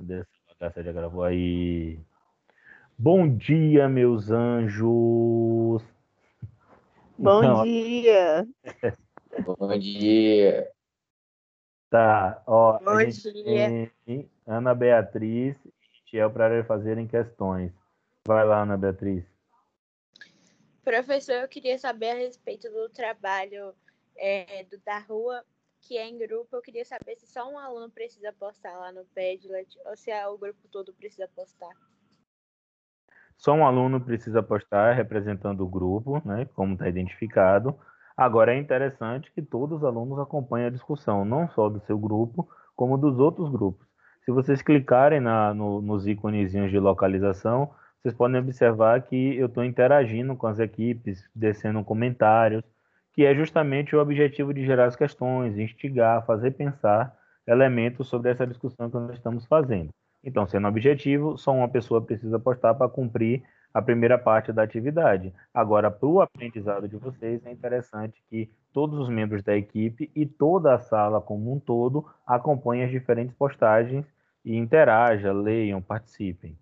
Dessa bagaça já gravou aí. Bom dia, meus anjos. Bom Então, dia. Bom dia. tá, ó, a Bom gente dia. tem Ana Beatriz e Tiel para fazerem questões. Vai lá, Ana Beatriz. Professor, eu queria saber a respeito do trabalho da rua, que é em grupo. Eu queria saber se só um aluno precisa postar lá no Padlet ou se o grupo todo precisa postar. Só um aluno precisa postar representando o grupo, né, como está identificado. Agora, é interessante que todos os alunos acompanhem a discussão, não só do seu grupo, como dos outros grupos. Se vocês clicarem nos íconezinhos de localização, vocês podem observar que eu estou interagindo com as equipes, descendo comentários, que é justamente o objetivo de gerar as questões, instigar, fazer pensar elementos sobre essa discussão que nós estamos fazendo. Então, sendo objetivo, só uma pessoa precisa postar para cumprir a primeira parte da atividade. Agora, para o aprendizado de vocês, é interessante que todos os membros da equipe e toda a sala como um todo acompanhem as diferentes postagens e interajam, leiam, participem.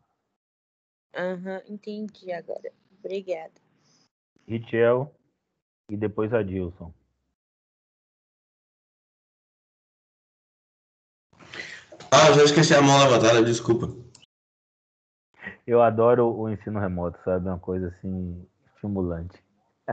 Entendi agora. Obrigada. Richel e depois Adilson. Já esqueci a mão levantada, desculpa. Eu adoro o ensino remoto, sabe? Uma coisa assim estimulante.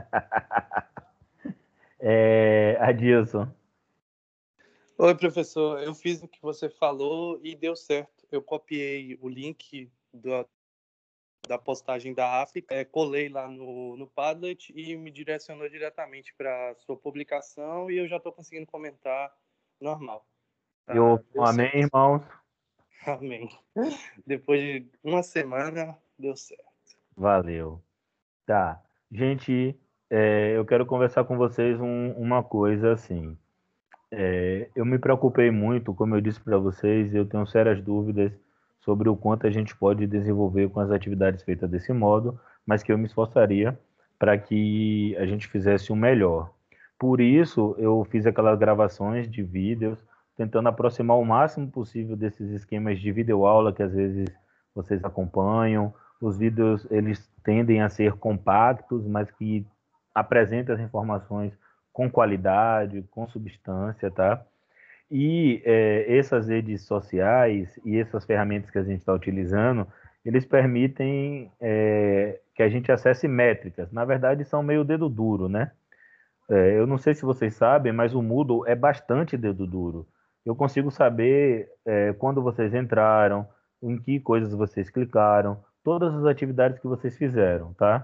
Adilson. Oi, professor. Eu fiz o que você falou e deu certo. Eu copiei o link da postagem da África, colei lá no Padlet e me direcionou diretamente para a sua publicação e eu já estou conseguindo comentar normal. Eu, Deu amém, certo. irmãos? Amém. Depois de uma semana, deu certo. Valeu. Tá. Gente, eu quero conversar com vocês uma coisa assim. Eu me preocupei muito, como eu disse para vocês, eu tenho sérias dúvidas sobre o quanto a gente pode desenvolver com as atividades feitas desse modo, mas que eu me esforçaria para que a gente fizesse o melhor. Por isso, eu fiz aquelas gravações de vídeos, tentando aproximar o máximo possível desses esquemas de videoaula que às vezes vocês acompanham. Os vídeos, eles tendem a ser compactos, mas que apresentam as informações com qualidade, com substância, tá? E essas redes sociais e essas ferramentas que a gente está utilizando, eles permitem que a gente acesse métricas. Na verdade, são meio dedo duro, né? Eu não sei se vocês sabem, mas o Moodle é bastante dedo duro. Eu consigo saber quando vocês entraram, em que coisas vocês clicaram, todas as atividades que vocês fizeram, tá?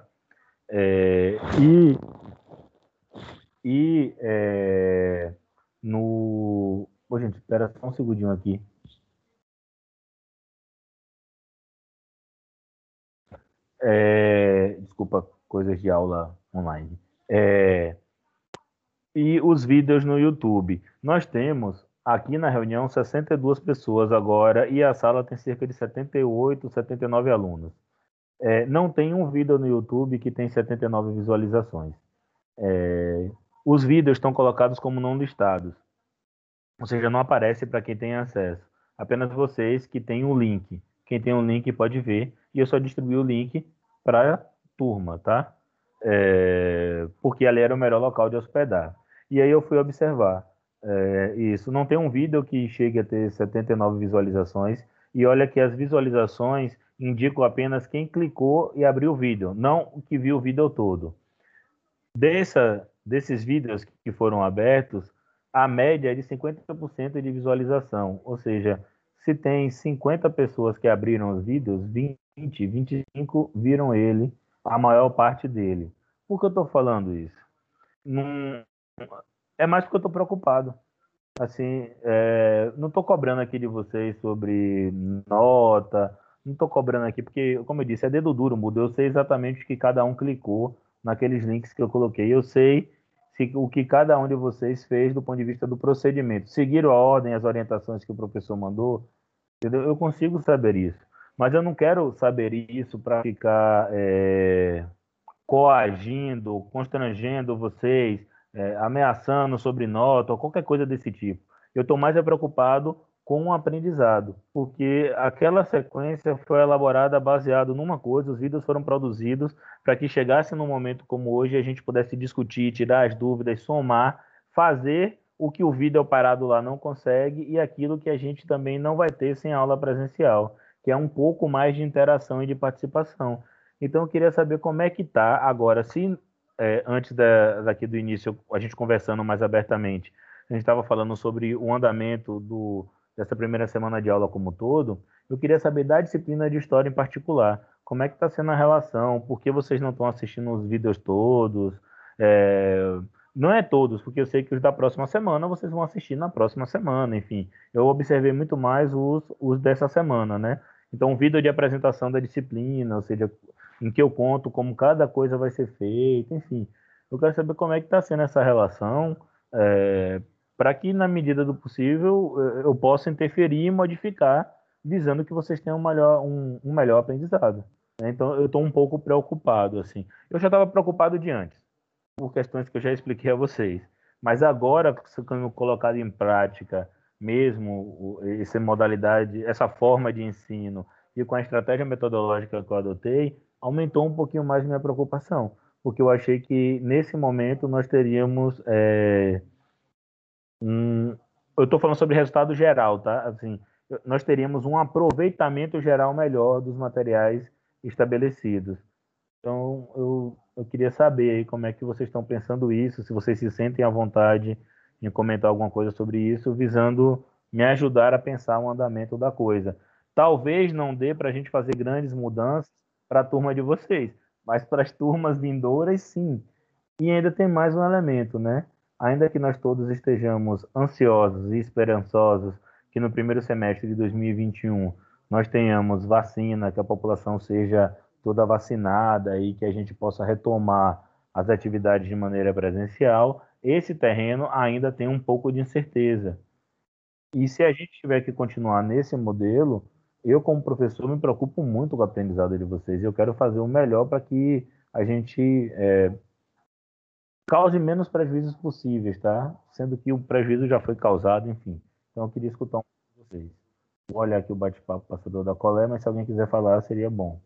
E no. Ô, gente, espera só um segundinho aqui. Desculpa, coisas de aula online. E os vídeos no YouTube. Nós temos aqui na reunião 62 pessoas agora e a sala tem cerca de 78, 79 alunos. Não tem um vídeo no YouTube que tem 79 visualizações. Os vídeos estão colocados como não listados. Ou seja, não aparece para quem tem acesso. Apenas vocês que têm o link. Quem tem o link pode ver. E eu só distribuí o link para a turma, tá? Porque ali era o melhor local de hospedar. E aí eu fui observar. Isso. Não tem um vídeo que chegue a ter 79 visualizações. E olha que as visualizações indicam apenas quem clicou e abriu o vídeo, não o que viu o vídeo todo. Desses vídeos que foram abertos, a média é de 50% de visualização, ou seja, se tem 50 pessoas que abriram os vídeos, 20, 25 viram ele, a maior parte dele. Por que eu estou falando isso? Não, é mais porque eu estou preocupado. Assim, não estou cobrando aqui de vocês sobre nota, não estou cobrando aqui, porque, como eu disse, é dedo duro, muda. Eu sei exatamente o que cada um clicou naqueles links que eu coloquei. Eu sei o que cada um de vocês fez do ponto de vista do procedimento. Seguiram a ordem, as orientações que o professor mandou, entendeu? Eu consigo saber isso. Mas eu não quero saber isso para ficar coagindo, constrangendo vocês, ameaçando sobre nota ou qualquer coisa desse tipo. Eu estou mais preocupado com o aprendizado, porque aquela sequência foi elaborada baseado numa coisa, os vídeos foram produzidos para que chegasse num momento como hoje a gente pudesse discutir, tirar as dúvidas, somar, fazer o que o vídeo parado lá não consegue e aquilo que a gente também não vai ter sem aula presencial, que é um pouco mais de interação e de participação. Então eu queria saber como é que está agora, se antes daqui do início, a gente conversando mais abertamente, a gente estava falando sobre o andamento dessa primeira semana de aula como um todo, eu queria saber da disciplina de história em particular. Como é que está sendo a relação? Por que vocês não estão assistindo os vídeos todos? Não é todos, porque eu sei que os da próxima semana vocês vão assistir na próxima semana, enfim. Eu observei muito mais os dessa semana, né? Então, um vídeo de apresentação da disciplina, ou seja, em que eu conto como cada coisa vai ser feita, enfim. Eu quero saber como é que está sendo essa relação, para que, na medida do possível, eu possa interferir e modificar, visando que vocês tenham um melhor aprendizado. Então, eu estou um pouco preocupado, assim. Eu já estava preocupado de antes, por questões que eu já expliquei a vocês. Mas agora, sendo colocado em prática mesmo essa modalidade, essa forma de ensino, e com a estratégia metodológica que eu adotei, aumentou um pouquinho mais minha preocupação, porque eu achei que, nesse momento, nós teríamos... eu estou falando sobre resultado geral, tá? Assim, nós teríamos um aproveitamento geral melhor dos materiais estabelecidos. Então, eu queria saber aí como é que vocês estão pensando isso, se vocês se sentem à vontade em comentar alguma coisa sobre isso, visando me ajudar a pensar o andamento da coisa. Talvez não dê para a gente fazer grandes mudanças para a turma de vocês, mas para as turmas vindouras, sim. E ainda tem mais um elemento, né? Ainda que nós todos estejamos ansiosos e esperançosos que no primeiro semestre de 2021 nós tenhamos vacina, que a população seja toda vacinada e que a gente possa retomar as atividades de maneira presencial, esse terreno ainda tem um pouco de incerteza. E se a gente tiver que continuar nesse modelo, eu, como professor, me preocupo muito com o aprendizado de vocês. Eu quero fazer o melhor para que a gente cause menos prejuízos possíveis, tá? Sendo que o prejuízo já foi causado, enfim. Então eu queria escutar um pouco de vocês. Vou olhar aqui o bate-papo passador da Colé, mas se alguém quiser falar, seria bom.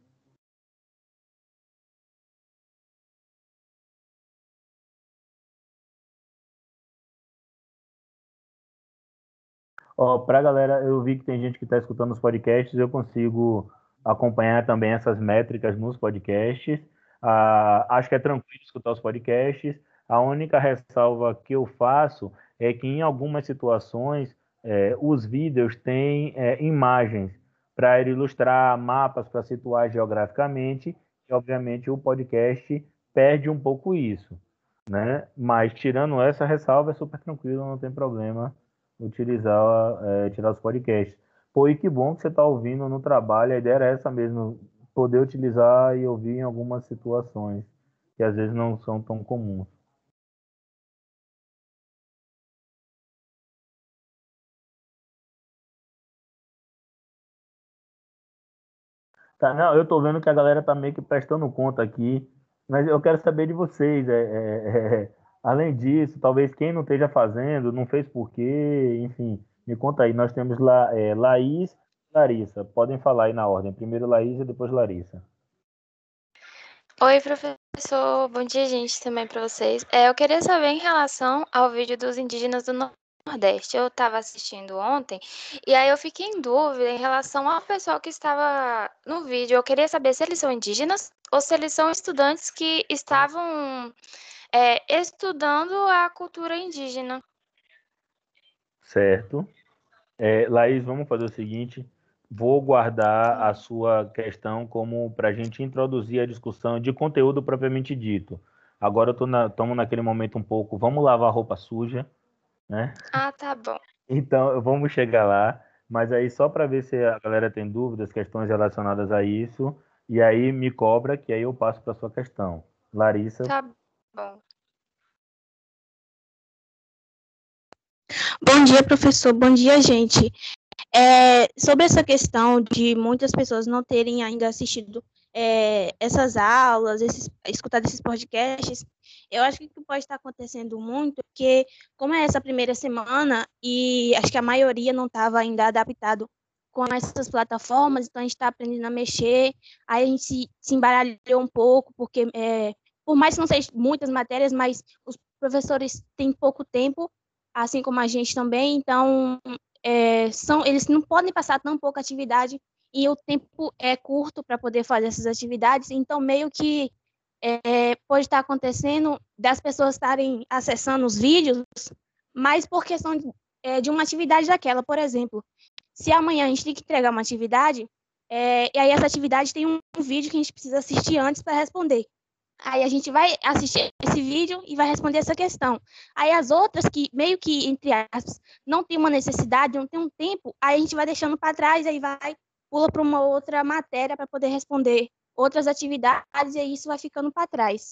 Ó, pra galera, eu vi que tem gente que está escutando os podcasts, eu consigo acompanhar também essas métricas nos podcasts. Acho que é tranquilo escutar os podcasts. A única ressalva que eu faço é que em algumas situações os vídeos têm imagens para ilustrar mapas, para situar geograficamente, e obviamente o podcast perde um pouco isso, né? Mas tirando essa ressalva, é super tranquilo, não tem problema tirar os podcasts. Pô, e que bom que você está ouvindo no trabalho, a ideia era essa mesmo, poder utilizar e ouvir em algumas situações que às vezes não são tão comuns. Tá, não, eu tô vendo que a galera tá meio que prestando conta aqui, mas eu quero saber de vocês. Além disso, talvez quem não esteja fazendo, não fez por quê, enfim, me conta aí. Nós temos lá Laís e Larissa. Podem falar aí na ordem. Primeiro Laís e depois Larissa. Oi, professor. Bom dia, gente, também para vocês. Eu queria saber em relação ao vídeo dos indígenas do Nordeste. Eu estava assistindo ontem e aí eu fiquei em dúvida em relação ao pessoal que estava no vídeo. Eu queria saber se eles são indígenas ou se eles são estudantes que estavam estudando a cultura indígena. Certo. Laís, vamos fazer o seguinte: vou guardar a sua questão como para a gente introduzir a discussão de conteúdo propriamente dito. Agora estamos naquele momento um pouco, vamos lavar roupa suja, né? Ah, tá bom. Então, vamos chegar lá, mas aí só para ver se a galera tem dúvidas, questões relacionadas a isso, e aí me cobra, que aí eu passo para sua questão. Larissa. Tá bom. Bom dia, professor. Bom dia, gente. Sobre essa questão de muitas pessoas não terem ainda assistido essas aulas, escutado esses podcasts, Eu acho que o que pode estar acontecendo muito é que, como é essa primeira semana, e acho que a maioria não estava ainda adaptado com essas plataformas, então a gente está aprendendo a mexer, aí a gente se embaralhou um pouco, porque por mais que não sejam muitas matérias, mas os professores têm pouco tempo, assim como a gente também, então eles não podem passar tão pouca atividade e o tempo é curto para poder fazer essas atividades, então meio que pode estar acontecendo das pessoas estarem acessando os vídeos, mas por questão de uma atividade daquela, por exemplo. Se amanhã a gente tem que entregar uma atividade, e aí essa atividade tem um vídeo que a gente precisa assistir antes para responder. Aí a gente vai assistir esse vídeo e vai responder essa questão. Aí as outras que, meio que, entre aspas, não tem uma necessidade, não tem um tempo, aí a gente vai deixando para trás, aí pula para uma outra matéria para poder responder outras atividades, e aí isso vai ficando para trás.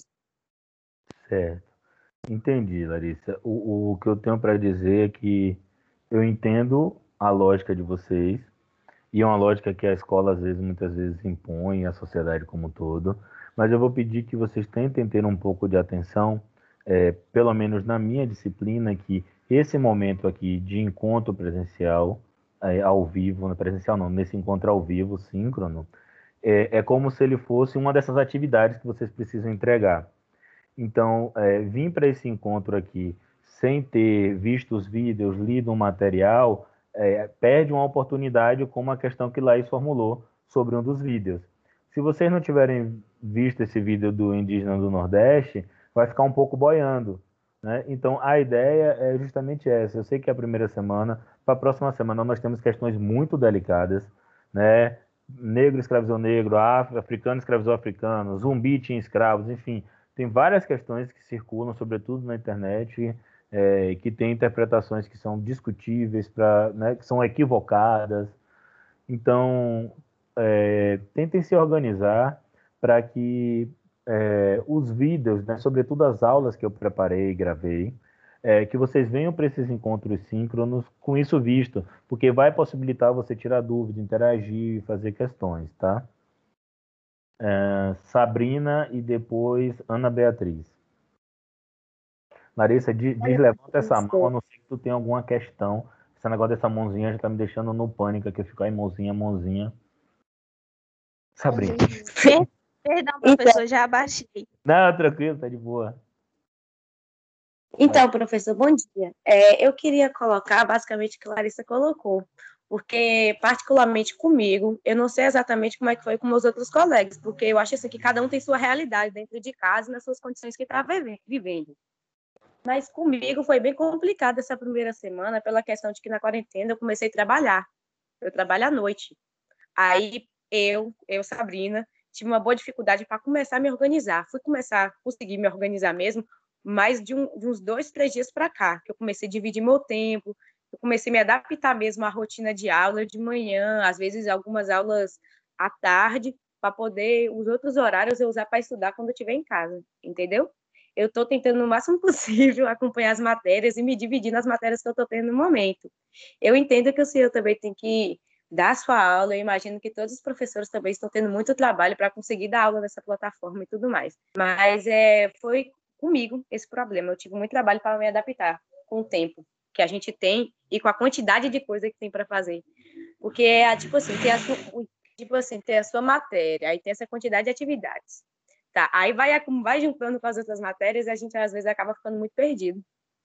Certo. Entendi, Larissa. O que eu tenho para dizer é que eu entendo a lógica de vocês, e é uma lógica que a escola, às vezes, muitas vezes impõe, a sociedade como um todo, mas eu vou pedir que vocês tentem ter um pouco de atenção, pelo menos na minha disciplina, que esse momento aqui de encontro presencial, ao vivo, presencial não, nesse encontro ao vivo, síncrono, é como se ele fosse uma dessas atividades que vocês precisam entregar. Então, vir para esse encontro aqui sem ter visto os vídeos, lido um material, perde uma oportunidade, como a questão que Laís formulou sobre um dos vídeos. Se vocês não tiverem visto esse vídeo do Indígena do Nordeste, vai ficar um pouco boiando, né? Então, a ideia é justamente essa. Eu sei que é a primeira semana, para a próxima semana nós temos questões muito delicadas, né? Negro escravizou negro, africano escravizou africano, zumbi tinha escravos, enfim. Tem várias questões que circulam, sobretudo na internet, que tem interpretações que são discutíveis, né, que são equivocadas. Então, tentem se organizar para que os vídeos, né, sobretudo as aulas que eu preparei e gravei, que vocês venham para esses encontros síncronos com isso visto, porque vai possibilitar você tirar dúvida, interagir, fazer questões, tá? Sabrina e depois Ana Beatriz. Larissa, levanta essa mão, a não ser que tu tenha alguma questão. Esse negócio dessa mãozinha já tá me deixando no pânico, que eu fico aí, mãozinha. Sabrina. Perdão, professor, já abaixei. Não, tranquilo, tá de boa. Então, professor, bom dia. Eu queria colocar basicamente o que a Larissa colocou, porque, particularmente comigo, eu não sei exatamente como é que foi com meus outros colegas, porque eu acho assim, que cada um tem sua realidade dentro de casa e nas suas condições que está vivendo. Mas comigo foi bem complicado essa primeira semana, pela questão de que na quarentena eu comecei a trabalhar. Eu trabalho à noite. Aí Sabrina, tive uma boa dificuldade para começar a me organizar. Conseguir me organizar mesmo, mais de uns 2, 3 dias para cá, que eu comecei a dividir meu tempo, eu comecei a me adaptar mesmo à rotina de aula de manhã, às vezes algumas aulas à tarde, para poder os outros horários eu usar para estudar quando eu estiver em casa, entendeu? Eu estou tentando no máximo possível acompanhar as matérias e me dividir nas matérias que eu estou tendo no momento. Eu entendo que o senhor também tem que dar sua aula, eu imagino que todos os professores também estão tendo muito trabalho para conseguir dar aula nessa plataforma e tudo mais. Mas foi comigo esse problema. Eu tive muito trabalho para me adaptar com o tempo que a gente tem e com a quantidade de coisa que tem para fazer. Porque tem a sua matéria, aí tem essa quantidade de atividades. Tá, aí vai juntando com as outras matérias e a gente às vezes acaba ficando muito perdido.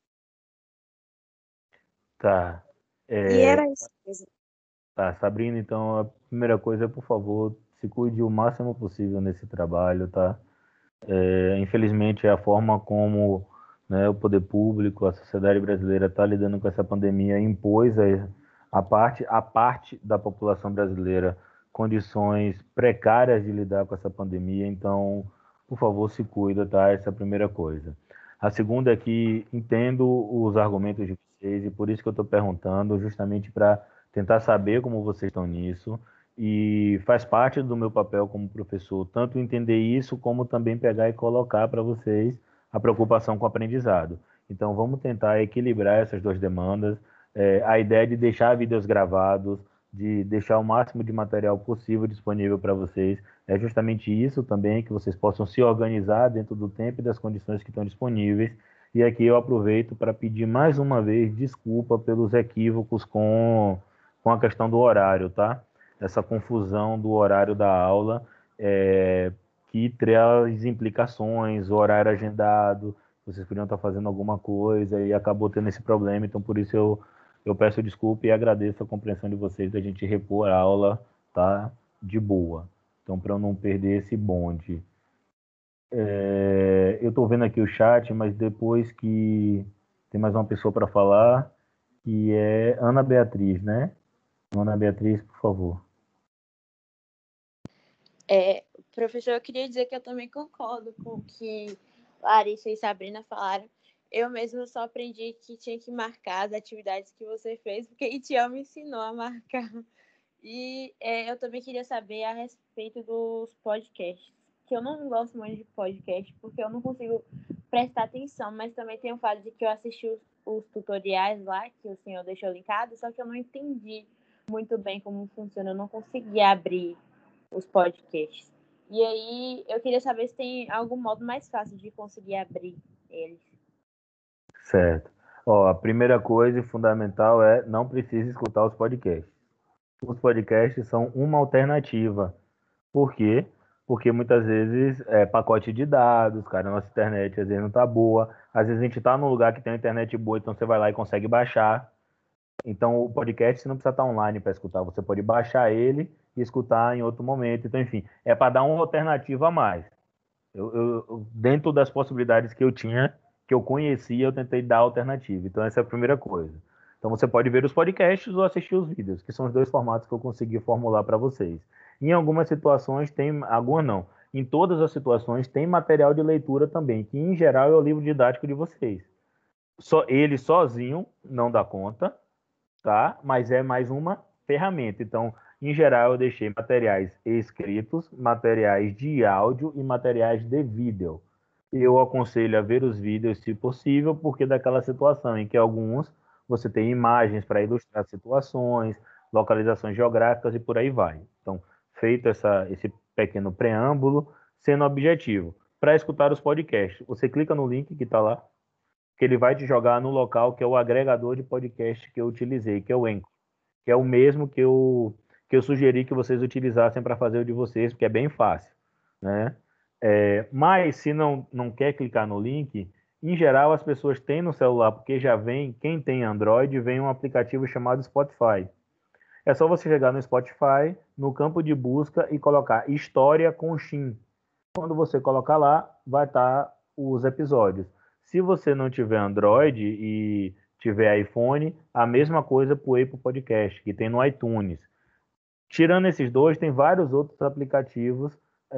Tá. E era isso mesmo. Tá, Sabrina, então a primeira coisa é, por favor, se cuide o máximo possível nesse trabalho, tá? Infelizmente, é a forma como, né, o poder público, a sociedade brasileira está lidando com essa pandemia, impôs a parte da população brasileira condições precárias de lidar com essa pandemia. Então, por favor, se cuida, tá? Essa é a primeira coisa. A segunda é que entendo os argumentos de vocês e por isso que eu estou perguntando, justamente para tentar saber como vocês estão nisso. E faz parte do meu papel como professor, tanto entender isso, como também pegar e colocar para vocês a preocupação com o aprendizado. Então, vamos tentar equilibrar essas duas demandas. A ideia de deixar vídeos gravados de deixar o máximo de material possível disponível para vocês. É justamente isso também, que vocês possam se organizar dentro do tempo e das condições que estão disponíveis. E aqui eu aproveito para pedir mais uma vez desculpa pelos equívocos com a questão do horário, tá? Essa confusão do horário da aula, que traz implicações, o horário agendado, vocês podiam estar fazendo alguma coisa e acabou tendo esse problema, então por isso eu peço desculpa e agradeço a compreensão de vocês da gente repor a aula, tá? De boa. Então, para eu não perder esse bonde. Eu estou vendo aqui o chat, mas depois que tem mais uma pessoa para falar, que é Ana Beatriz, né? Ana Beatriz, por favor. Professor, eu queria dizer que eu também concordo com o que Larissa e Sabrina falaram. Eu mesma só aprendi que tinha que marcar as atividades que você fez, porque a Itiel me ensinou a marcar. E eu também queria saber a respeito dos podcasts, que eu não gosto muito de podcast, porque eu não consigo prestar atenção, mas também tem o fato de que eu assisti os tutoriais lá, que o senhor deixou linkado, só que eu não entendi muito bem como funciona, eu não consegui abrir os podcasts. E aí, eu queria saber se tem algum modo mais fácil de conseguir abrir eles. Certo. Ó, a primeira coisa e fundamental é não precisa escutar os podcasts. Os podcasts são uma alternativa. Por quê? Porque muitas vezes é pacote de dados, cara, a nossa internet às vezes não tá boa. Às vezes a gente tá num lugar que tem uma internet boa, então você vai lá e consegue baixar. Então o podcast você não precisa estar online para escutar, você pode baixar ele e escutar em outro momento. Então, enfim, é para dar uma alternativa a mais. Dentro das possibilidades que eu tinha, que eu conhecia, eu tentei dar alternativa. Então, essa é a primeira coisa. Então, você pode ver os podcasts ou assistir os vídeos, que são os dois formatos que eu consegui formular para vocês. Em algumas situações, algumas não. Em todas as situações, tem material de leitura também, que em geral é o livro didático de vocês. Só ele sozinho não dá conta, tá? Mas é mais uma ferramenta. Então, em geral, eu deixei materiais escritos, materiais de áudio e materiais de vídeo. Eu aconselho a ver os vídeos, se possível, porque daquela situação em que alguns você tem imagens para ilustrar situações, localizações geográficas e por aí vai. Então, feito esse pequeno preâmbulo, sendo objetivo, para escutar os podcasts, você clica no link que está lá, que ele vai te jogar no local que é o agregador de podcast que eu utilizei, que é o Anchor, que é o mesmo que eu sugeri que vocês utilizassem para fazer o de vocês, porque é bem fácil, né? Mas se não quer clicar no link, em geral as pessoas têm no celular, porque já vem, quem tem Android, vem um aplicativo chamado Spotify. É só você chegar no Spotify, no campo de busca e colocar História com Shin. Quando você colocar lá, vai estar os episódios. Se você não tiver Android e tiver iPhone, a mesma coisa para o Apple Podcast, que tem no iTunes. Tirando esses dois, tem vários outros aplicativos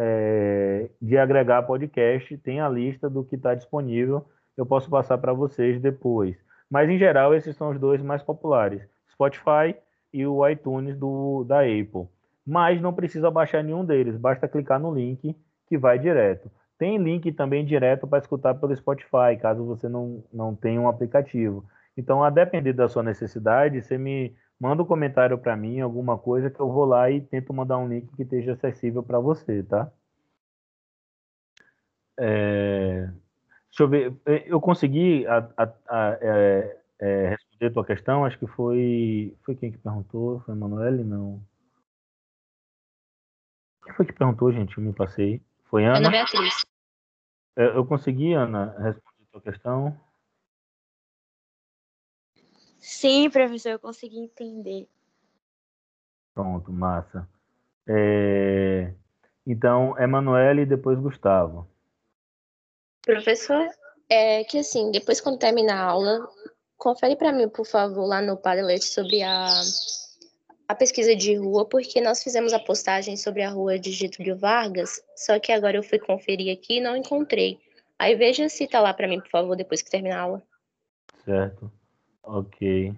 de agregar podcast. Tem a lista do que está disponível. Eu posso passar para vocês depois. Mas, em geral, esses são os dois mais populares. Spotify e o iTunes da Apple. Mas não precisa baixar nenhum deles. Basta clicar no link que vai direto. Tem link também direto para escutar pelo Spotify, caso você não tenha um aplicativo. Então, a depender da sua necessidade, você me manda um comentário para mim, alguma coisa, que eu vou lá e tento mandar um link que esteja acessível para você, tá? Deixa eu ver. Eu consegui responder a tua questão? Acho que foi quem que perguntou? Foi a Manoel? Não. Quem foi que perguntou, gente? Eu me passei. Foi Ana? Ana Beatriz. Eu consegui, Ana, responder a tua questão? Sim, professor, eu consegui entender. Pronto, massa. Então, Emanuele e depois Gustavo. Professor, que assim, depois quando terminar a aula, confere para mim, por favor, lá no Padlet sobre a pesquisa de rua, porque nós fizemos a postagem sobre a rua de Getúlio Vargas, só que agora eu fui conferir aqui e não encontrei. Aí veja se tá lá para mim, por favor, depois que terminar a aula. Certo. Ok.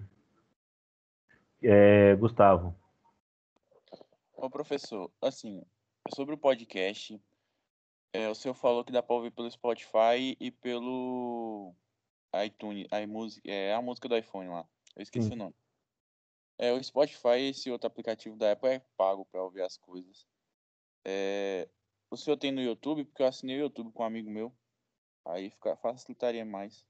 Gustavo. Ô, professor, assim, sobre o podcast, o senhor falou que dá para ouvir pelo Spotify e pelo iTunes, a música do iPhone lá. Eu esqueci Sim. o nome. O Spotify, esse outro aplicativo da Apple, é pago para ouvir as coisas. O senhor tem no YouTube? Porque eu assinei o YouTube com um amigo meu. Aí facilitaria mais.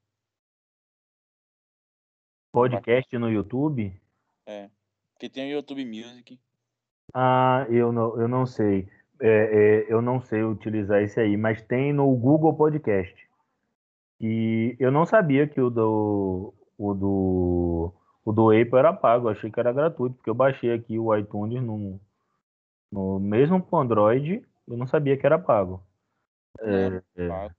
Podcast no YouTube? Porque tem o YouTube Music. Eu não sei. Eu não sei utilizar esse aí, mas tem no Google Podcast. E eu não sabia que o do Apple era pago, eu achei que era gratuito, porque eu baixei aqui o iTunes no mesmo pro Android, eu não sabia que era pago. Não, pago.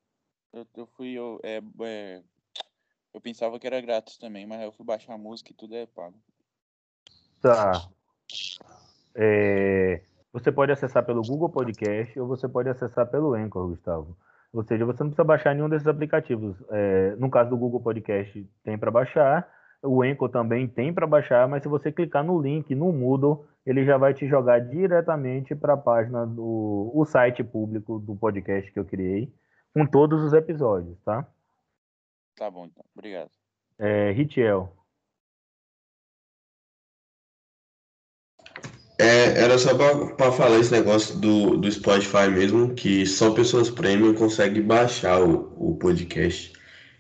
Eu pensava que era grátis também, mas eu fui baixar a música e tudo é pago. Tá. Você pode acessar pelo Google Podcast ou você pode acessar pelo Anchor, Gustavo. Ou seja, você não precisa baixar nenhum desses aplicativos. No caso do Google Podcast, tem para baixar. O Anchor também tem para baixar, mas se você clicar no link no Moodle, ele já vai te jogar diretamente para a página o site público do podcast que eu criei, com todos os episódios, tá? Tá bom, então. Obrigado. Ritiel. Era só pra falar esse negócio do Spotify mesmo, que só pessoas premium conseguem baixar o podcast.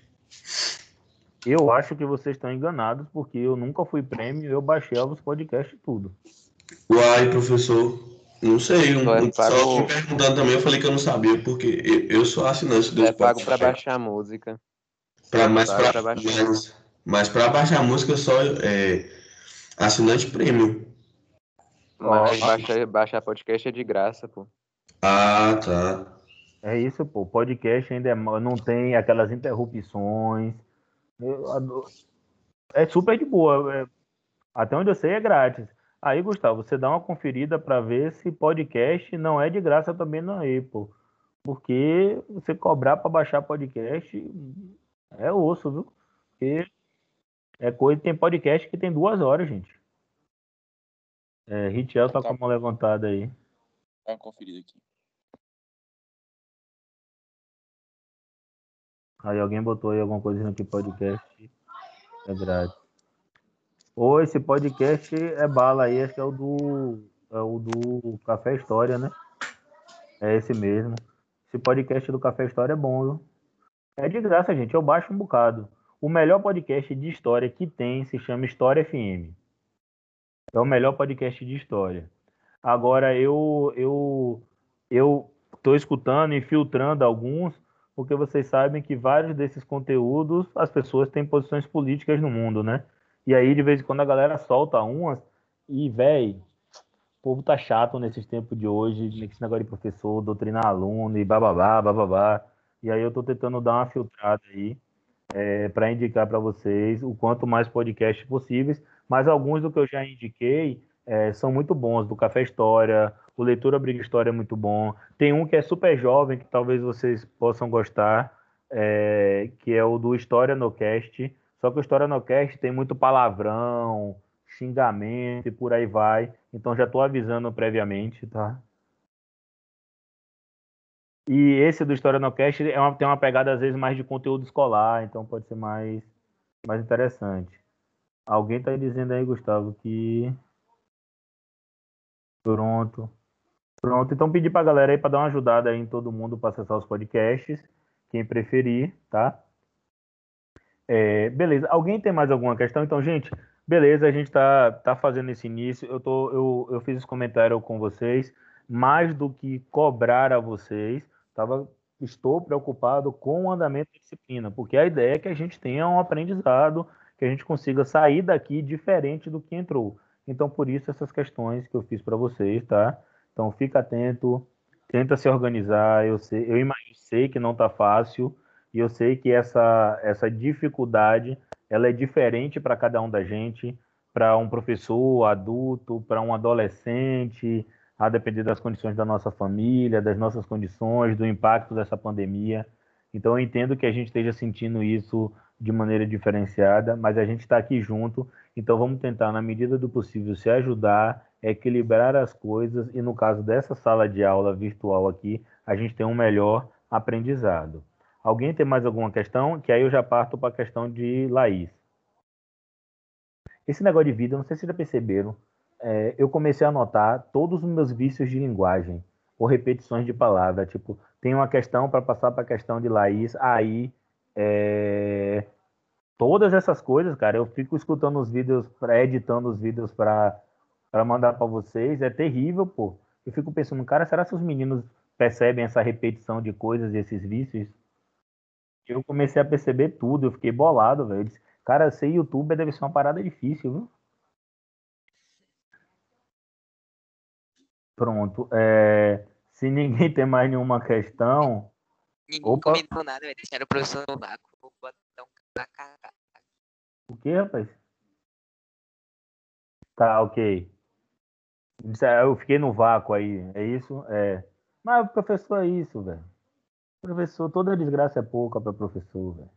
Eu acho que vocês estão enganados, porque eu nunca fui prêmio, eu baixei os podcasts tudo. Uai, professor, não sei, Só me perguntando também, eu falei que eu não sabia, porque eu sou assinante do é pago Spotify. pra baixar música. Mas pra baixar música só assinante premium. Mas baixar podcast é de graça, pô. Ah, tá. É isso, pô. Podcast ainda não tem aquelas interrupções. É super de boa. Até onde eu sei é grátis. Aí, Gustavo, você dá uma conferida para ver se podcast não é de graça também na Apple. Porque você cobrar para baixar podcast é osso, viu? Porque tem podcast que tem 2 horas, gente. Ritiel tá com a mão levantada aí. Dá uma conferida aqui. Aí alguém botou aí alguma coisa aqui, podcast é grátis. Ou esse podcast é bala aí, acho que é o do Café História, né? É esse mesmo. Esse podcast do Café História é bom, viu? É de graça, gente. Eu baixo um bocado. O melhor podcast de história que tem se chama História FM. É o melhor podcast de história. Agora, eu tô escutando e filtrando alguns, porque vocês sabem que vários desses conteúdos, as pessoas têm posições políticas no mundo, né? E aí, de vez em quando, a galera solta umas e, véi, o povo tá chato nesses tempos de hoje, nesse negócio de professor, doutrinar aluno e bababá, bababá. E aí eu tô tentando dar uma filtrada aí para indicar para vocês o quanto mais podcasts possíveis, mas alguns do que eu já indiquei são muito bons, do Café História, o Leitura Briga História é muito bom. Tem um que é super jovem, que talvez vocês possam gostar, que é o do História no Cast. Só que o História no Cast tem muito palavrão, xingamento e por aí vai. Então já estou avisando previamente, tá? E esse do História no Cast tem uma pegada, às vezes, mais de conteúdo escolar, então pode ser mais interessante. Alguém está dizendo aí, Gustavo, que... Pronto. Então pedir para a galera aí para dar uma ajudada aí em todo mundo para acessar os podcasts, quem preferir, tá? Beleza. Alguém tem mais alguma questão? Então, gente, beleza, a gente tá fazendo esse início. Eu fiz esse comentário com vocês, mais do que cobrar a vocês, estou preocupado com o andamento da disciplina, porque a ideia é que a gente tenha um aprendizado, que a gente consiga sair daqui diferente do que entrou. Então, por isso, essas questões que eu fiz para vocês, tá? Então, fica atento, tenta se organizar. Eu sei que não está fácil, e eu sei que essa dificuldade ela é diferente para cada um da gente, para um professor adulto, para um adolescente, a depender das condições da nossa família, das nossas condições, do impacto dessa pandemia. Então, eu entendo que a gente esteja sentindo isso de maneira diferenciada, mas a gente está aqui junto, então vamos tentar, na medida do possível, se ajudar, equilibrar as coisas e, no caso dessa sala de aula virtual aqui, a gente tem um melhor aprendizado. Alguém tem mais alguma questão? Que aí eu já parto para a questão de Laís. esse negócio de vida, não sei se vocês já perceberam, eu comecei a notar todos os meus vícios de linguagem, ou repetições de palavra, tipo, tem uma questão para passar para a questão de Laís, aí, todas essas coisas, cara, eu fico escutando os vídeos, editando os vídeos para mandar para vocês, é terrível, pô. Eu fico pensando, cara, será que os meninos percebem essa repetição de coisas e esses vícios? Eu comecei a perceber tudo, eu fiquei bolado, velho. Eu disse, cara, ser youtuber deve ser uma parada difícil, viu? Pronto. Se ninguém tem mais nenhuma questão. Ninguém Opa, comentou nada, vai deixar o professor no vácuo. Vou botar um kkk. o que, rapaz? Tá, ok. Eu fiquei no vácuo aí, é isso? Mas o professor é isso, velho. Professor, toda desgraça é pouca para professor, velho.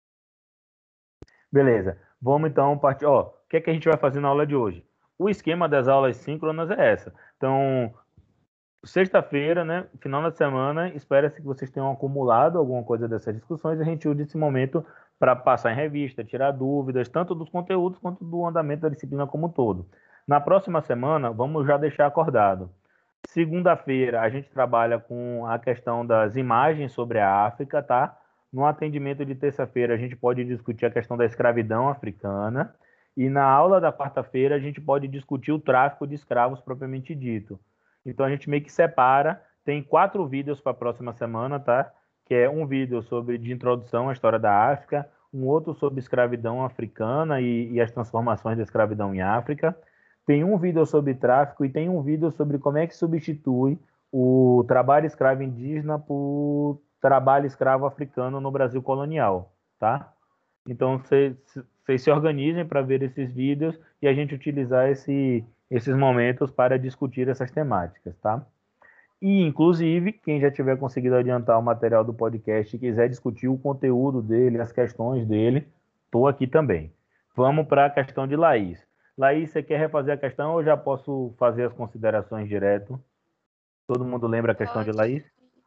Beleza. Vamos então partir. Ó, o que é que a gente vai fazer na aula de hoje? O esquema das aulas síncronas é essa. Então, sexta-feira, né, final da semana, espera-se que vocês tenham acumulado alguma coisa dessas discussões e a gente usa esse momento para passar em revista, tirar dúvidas, tanto dos conteúdos quanto do andamento da disciplina como um todo. Na próxima semana, vamos já deixar acordado. Segunda-feira, a gente trabalha com a questão das imagens sobre a África, tá? No atendimento de terça-feira, a gente pode discutir a questão da escravidão africana. E na aula da quarta-feira, a gente pode discutir o tráfico de escravos propriamente dito. Então, a gente meio que separa. Tem 4 vídeos para a próxima semana, tá? Que é um vídeo de introdução à história da África, um outro sobre escravidão africana e as transformações da escravidão em África. Tem um vídeo sobre tráfico e tem um vídeo sobre como é que substitui o trabalho escravo indígena por trabalho escravo africano no Brasil colonial, tá? Então, vocês se organizem para ver esses vídeos e a gente utilizar esses momentos para discutir essas temáticas, tá? E, inclusive, quem já tiver conseguido adiantar o material do podcast e quiser discutir o conteúdo dele, as questões dele, estou aqui também. Vamos para a questão de Laís. Laís, você quer refazer a questão ou eu já posso fazer as considerações direto? Todo mundo lembra a questão de Laís?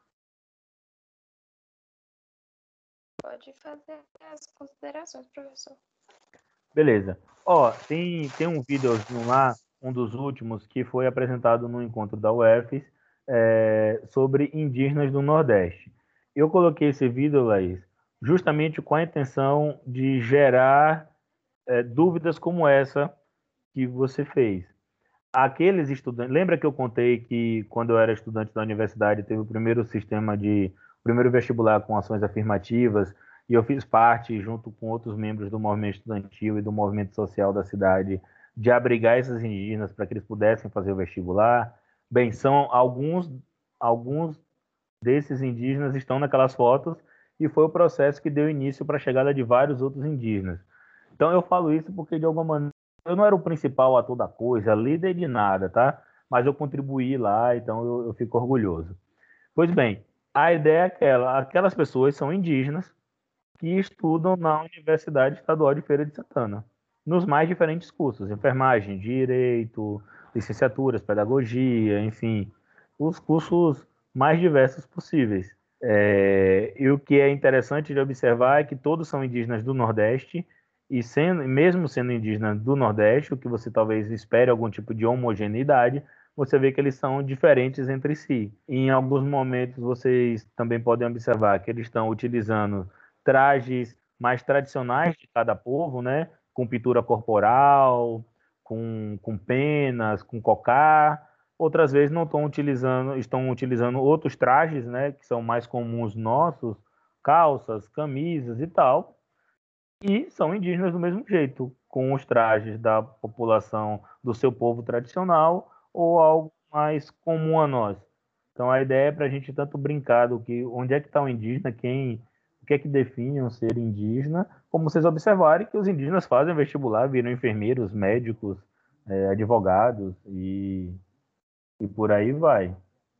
Pode fazer as considerações, professor. Beleza. Ó, tem um videozinho lá, um dos últimos, que foi apresentado no encontro da UFES, sobre indígenas do Nordeste. Eu coloquei esse vídeo, Laís, justamente com a intenção de gerar dúvidas como essa que você fez. Aqueles estudantes, lembra que eu contei que quando eu era estudante da universidade teve o primeiro primeiro vestibular com ações afirmativas e eu fiz parte, junto com outros membros do movimento estudantil e do movimento social da cidade, de abrigar esses indígenas para que eles pudessem fazer o vestibular? Bem, são alguns desses indígenas estão naquelas fotos e foi o processo que deu início para a chegada de vários outros indígenas. Então eu falo isso porque de alguma maneira eu não era o principal ator da coisa, líder de nada, tá? Mas eu contribuí lá, então eu fico orgulhoso. Pois bem, a ideia é aquelas pessoas são indígenas que estudam na Universidade Estadual de Feira de Santana, nos mais diferentes cursos, enfermagem, direito, licenciaturas, pedagogia, enfim, os cursos mais diversos possíveis. E o que é interessante de observar é que todos são indígenas do Nordeste, e mesmo sendo indígenas do Nordeste, o que você talvez espere algum tipo de homogeneidade, você vê que eles são diferentes entre si. E em alguns momentos vocês também podem observar que eles estão utilizando trajes mais tradicionais de cada povo, né? Com pintura corporal, com penas, com cocar. Outras vezes não estão utilizando outros trajes, né? Que são mais comuns nossos, calças, camisas e tal. E são indígenas do mesmo jeito, com os trajes da população do seu povo tradicional ou algo mais comum a nós. Então a ideia é para a gente tanto brincar do que onde é que está o indígena, o que é que define um ser indígena, como vocês observarem que os indígenas fazem vestibular, viram enfermeiros, médicos, advogados e por aí vai.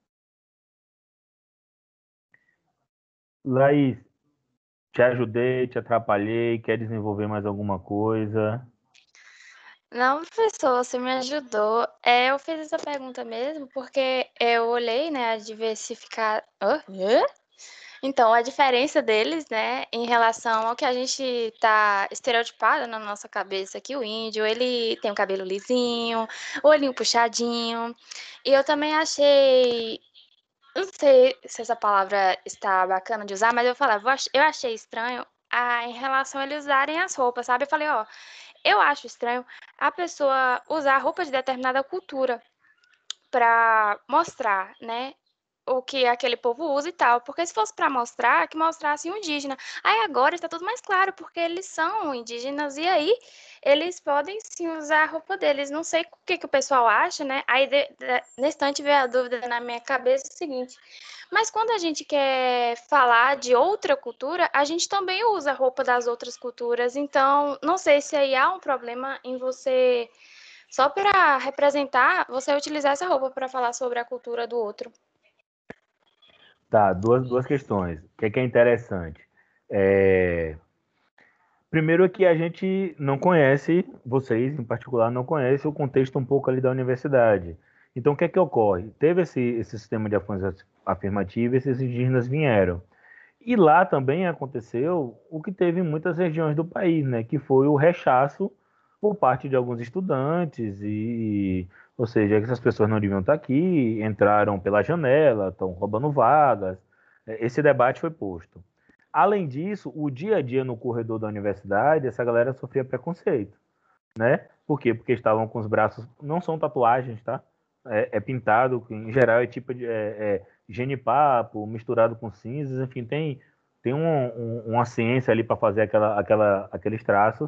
Laís, te ajudei, te atrapalhei, quer desenvolver mais alguma coisa? Não, professor, você me ajudou. Eu fiz essa pergunta mesmo porque eu olhei, né, a diversificar. Então, a diferença deles, né, em relação ao que a gente tá estereotipado na nossa cabeça, que o índio, ele tem o cabelo lisinho, o olhinho puxadinho. E eu também achei, não sei se essa palavra está bacana de usar, mas eu falava, eu achei estranho em relação a eles usarem as roupas, sabe? Eu falei, ó, eu acho estranho a pessoa usar roupa de determinada cultura para mostrar, né, o que aquele povo usa e tal. Porque se fosse para mostrar, que mostrasse o indígena. Aí agora está tudo mais claro, porque eles são indígenas e aí eles podem sim usar a roupa deles. Não sei o que que o pessoal acha, né? Aí nesse instante veio a dúvida na minha cabeça o seguinte: mas quando a gente quer falar de outra cultura, a gente também usa a roupa das outras culturas. Então, não sei se aí há um problema em você, só para representar, você utilizar essa roupa para falar sobre a cultura do outro. Tá, duas questões. O que é interessante? Primeiro é que a gente não conhece, vocês em particular, não conhecem o contexto um pouco ali da universidade. Então, o que é que ocorre? Teve esse sistema de ações afirmativas, esses indígenas vieram. E lá também aconteceu o que teve em muitas regiões do país, né? Que foi o rechaço por parte de alguns estudantes ou seja, que essas pessoas não deviam estar aqui, entraram pela janela, estão roubando vagas. Esse debate foi posto. Além disso, o dia a dia no corredor da universidade, essa galera sofria preconceito, né? Por quê? Porque estavam com os braços, não são tatuagens, tá? É pintado, em geral é tipo de genipapo misturado com cinzas, enfim, tem uma ciência ali para fazer aqueles traços.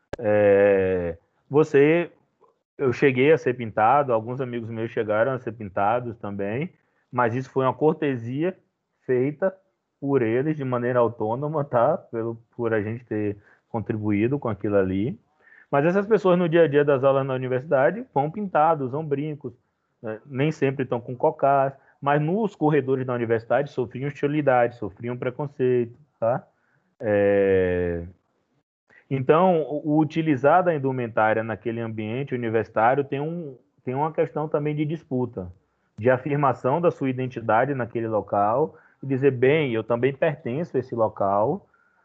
Eu cheguei a ser pintado, alguns amigos meus chegaram a ser pintados também, mas isso foi uma cortesia feita por eles de maneira autônoma, tá? Por a gente ter contribuído com aquilo ali. Mas essas pessoas no dia a dia das aulas na universidade vão pintados, usam brincos, né? Nem sempre estão com cocás, mas nos corredores da universidade sofriam hostilidade, sofriam preconceito, tá? Então, o utilizar da indumentária naquele ambiente universitário tem uma questão também de disputa, de afirmação da sua identidade naquele local e dizer, bem, eu também pertenço a esse local,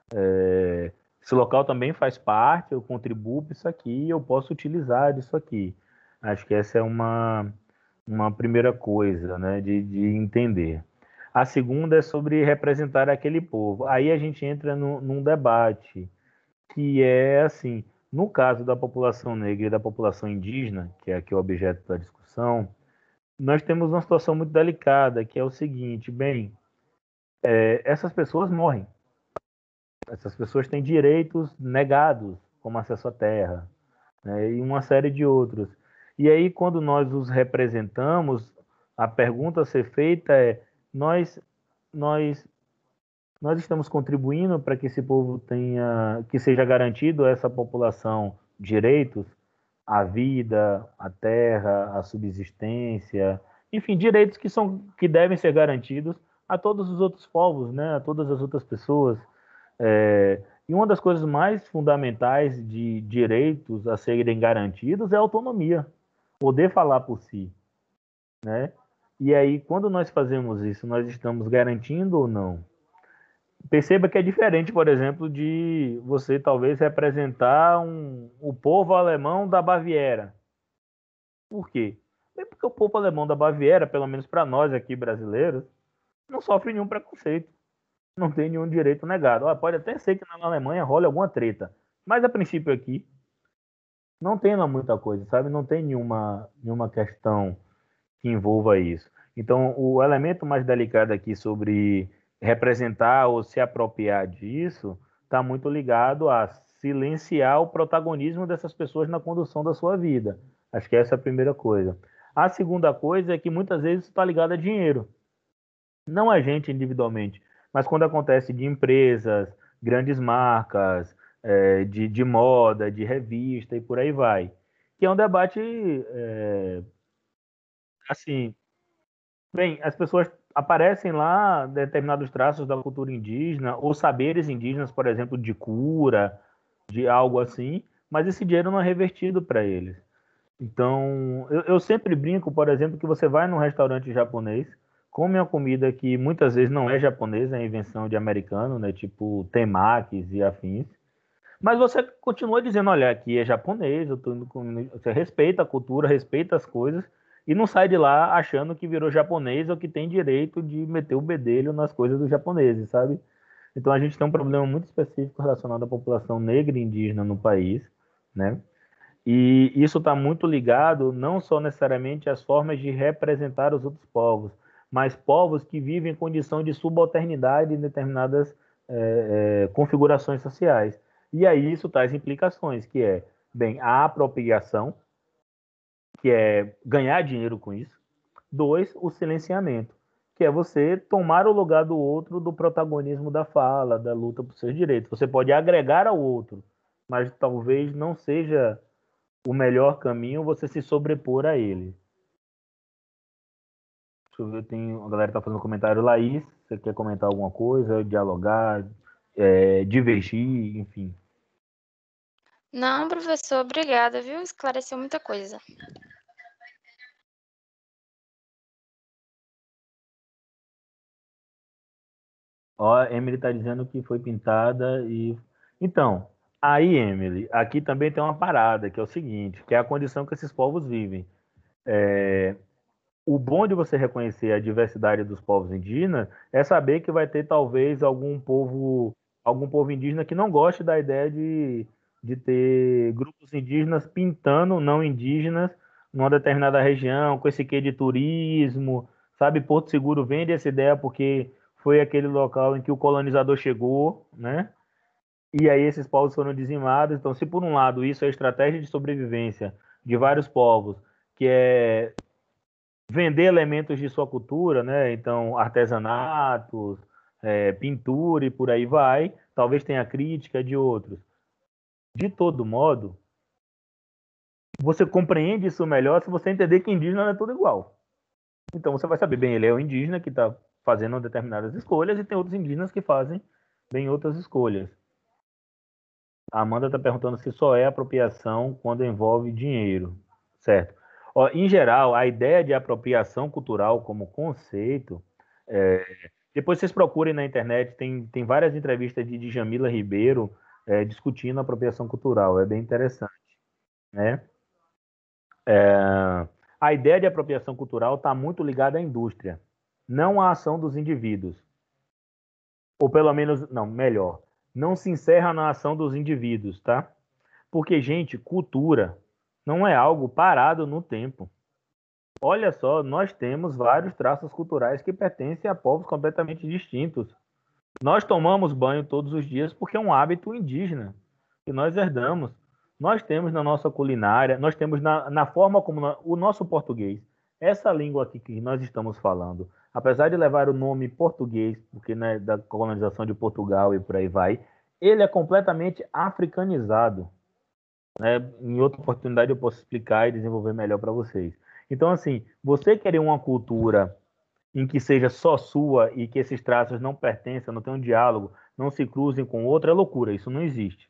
esse local também faz parte, eu contribuo para isso aqui, eu posso utilizar disso aqui. Acho que essa é uma primeira coisa, né, de entender. A segunda é sobre representar aquele povo. Aí a gente entra num debate que é assim, no caso da população negra e da população indígena, que é aqui o objeto da discussão, nós temos uma situação muito delicada, que é o seguinte, bem, essas pessoas morrem. Essas pessoas têm direitos negados, como acesso à terra, né, e uma série de outros. E aí, quando nós os representamos, a pergunta a ser feita é: nós, nós, nós estamos contribuindo para que esse povo tenha, que seja garantido a essa população direitos à vida, à terra, à subsistência, enfim, direitos que devem ser garantidos a todos os outros povos, né, a todas as outras pessoas. E uma das coisas mais fundamentais de direitos a serem garantidos é a autonomia, poder falar por si, né? E aí, quando nós fazemos isso, nós estamos garantindo ou não? Perceba que é diferente, por exemplo, de você talvez representar o povo alemão da Baviera. Por quê? Bem, porque o povo alemão da Baviera, pelo menos para nós aqui brasileiros, não sofre nenhum preconceito. Não tem nenhum direito negado. Pode até ser que na Alemanha role alguma treta, mas a princípio aqui não tem lá muita coisa, sabe? Não tem nenhuma questão que envolva isso. Então, o elemento mais delicado aqui sobre representar ou se apropriar disso está muito ligado a silenciar o protagonismo dessas pessoas na condução da sua vida. Acho que essa é a primeira coisa. A segunda coisa é que muitas vezes está ligado a dinheiro. Não a gente individualmente, mas quando acontece de empresas, grandes marcas, de moda, de revista e por aí vai. Que é um debate, assim, bem, as pessoas aparecem lá determinados traços da cultura indígena, ou saberes indígenas, por exemplo, de cura, de algo assim, mas esse dinheiro não é revertido para eles. Então, eu sempre brinco, por exemplo, que você vai num restaurante japonês, comem uma comida que muitas vezes não é japonesa, é invenção de americano, né? Tipo temakis e afins. Mas você continua dizendo, olha, aqui é japonês, eu tô indo você respeita a cultura, respeita as coisas e não sai de lá achando que virou japonês ou que tem direito de meter o bedelho nas coisas dos japoneses, sabe? Então a gente tem um problema muito específico relacionado à população negra e indígena no país, né? E isso está muito ligado não só necessariamente às formas de representar os outros povos, mas povos que vivem em condição de subalternidade em determinadas configurações sociais. E aí isso traz implicações, que é, bem, a apropriação, que é ganhar dinheiro com isso. 2, o silenciamento, que é você tomar o lugar do outro do protagonismo da fala, da luta por seus direitos. Você pode agregar ao outro, mas talvez não seja o melhor caminho você se sobrepor a ele. Deixa eu ver, a galera está fazendo um comentário. Laís, você quer comentar alguma coisa, dialogar, divergir, enfim? Não, professor, obrigada, viu? Esclareceu muita coisa. Ó, Emily está dizendo que foi pintada e... Então, aí, Emily, aqui também tem uma parada, que é o seguinte, que é a condição que esses povos vivem. O bom de você reconhecer a diversidade dos povos indígenas é saber que vai ter talvez algum povo indígena que não goste da ideia de ter grupos indígenas pintando não indígenas numa determinada região, com esse quê de turismo, sabe? Porto Seguro vende essa ideia porque foi aquele local em que o colonizador chegou, né? E aí esses povos foram dizimados. Então, se por um lado isso é estratégia de sobrevivência de vários povos, que é vender elementos de sua cultura, né? Então, artesanatos, pintura e por aí vai. Talvez tenha crítica de outros. De todo modo, você compreende isso melhor se você entender que indígena não é tudo igual. Então, você vai saber, bem, ele é o indígena que está fazendo determinadas escolhas e tem outros indígenas que fazem bem outras escolhas. A Amanda está perguntando se só é apropriação quando envolve dinheiro, certo? Ó, em geral, a ideia de apropriação cultural como conceito, depois vocês procurem na internet, tem várias entrevistas de Djamila Ribeiro discutindo a apropriação cultural, é bem interessante, né? A ideia de apropriação cultural está muito ligada à indústria, não à ação dos indivíduos. Ou pelo menos, não, melhor, não se encerra na ação dos indivíduos, tá? Porque, gente, cultura não é algo parado no tempo. Olha só, nós temos vários traços culturais que pertencem a povos completamente distintos. Nós tomamos banho todos os dias porque é um hábito indígena que nós herdamos. Nós temos na nossa culinária, nós temos na forma como o nosso português, essa língua aqui que nós estamos falando, apesar de levar o nome português, porque né, da colonização de Portugal e por aí vai, ele é completamente africanizado. Né? Em outra oportunidade eu posso explicar e desenvolver melhor para vocês. Então, assim, você querer uma cultura em que seja só sua e que esses traços não pertençam, não tenham um diálogo, não se cruzem com outra, é loucura, isso não existe.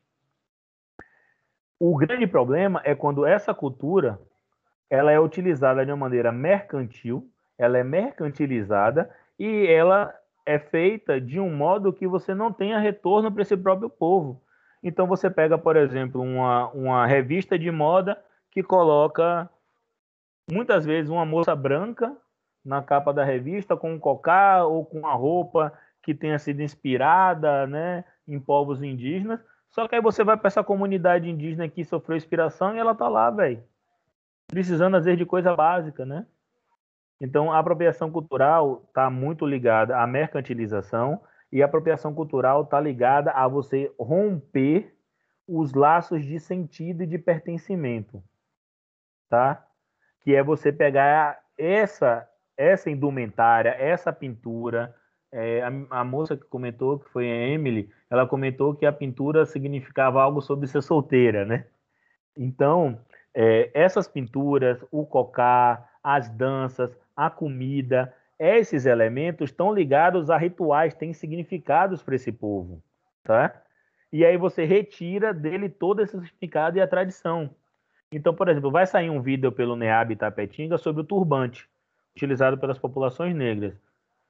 O grande problema é quando essa cultura ela é utilizada de uma maneira mercantil, ela é mercantilizada e ela é feita de um modo que você não tenha retorno para esse próprio povo. Então você pega, por exemplo, uma revista de moda que coloca muitas vezes uma moça branca na capa da revista com um cocá ou com uma roupa que tenha sido inspirada, né, em povos indígenas. Só que aí você vai para essa comunidade indígena que sofreu inspiração e ela tá lá, velho, precisando às vezes de coisa básica, né? Então a apropriação cultural está muito ligada à mercantilização e a apropriação cultural está ligada a você romper os laços de sentido e de pertencimento, tá? Que é você pegar essa indumentária, essa pintura. A moça que comentou, que foi a Emily, ela comentou que a pintura significava algo sobre ser solteira, né? Então, essas pinturas, o cocá, as danças, a comida, esses elementos estão ligados a rituais, têm significados para esse povo, tá? E aí você retira dele todo esse significado e a tradição. Então, por exemplo, vai sair um vídeo pelo NEAB Itapetinga sobre o turbante, utilizado pelas populações negras.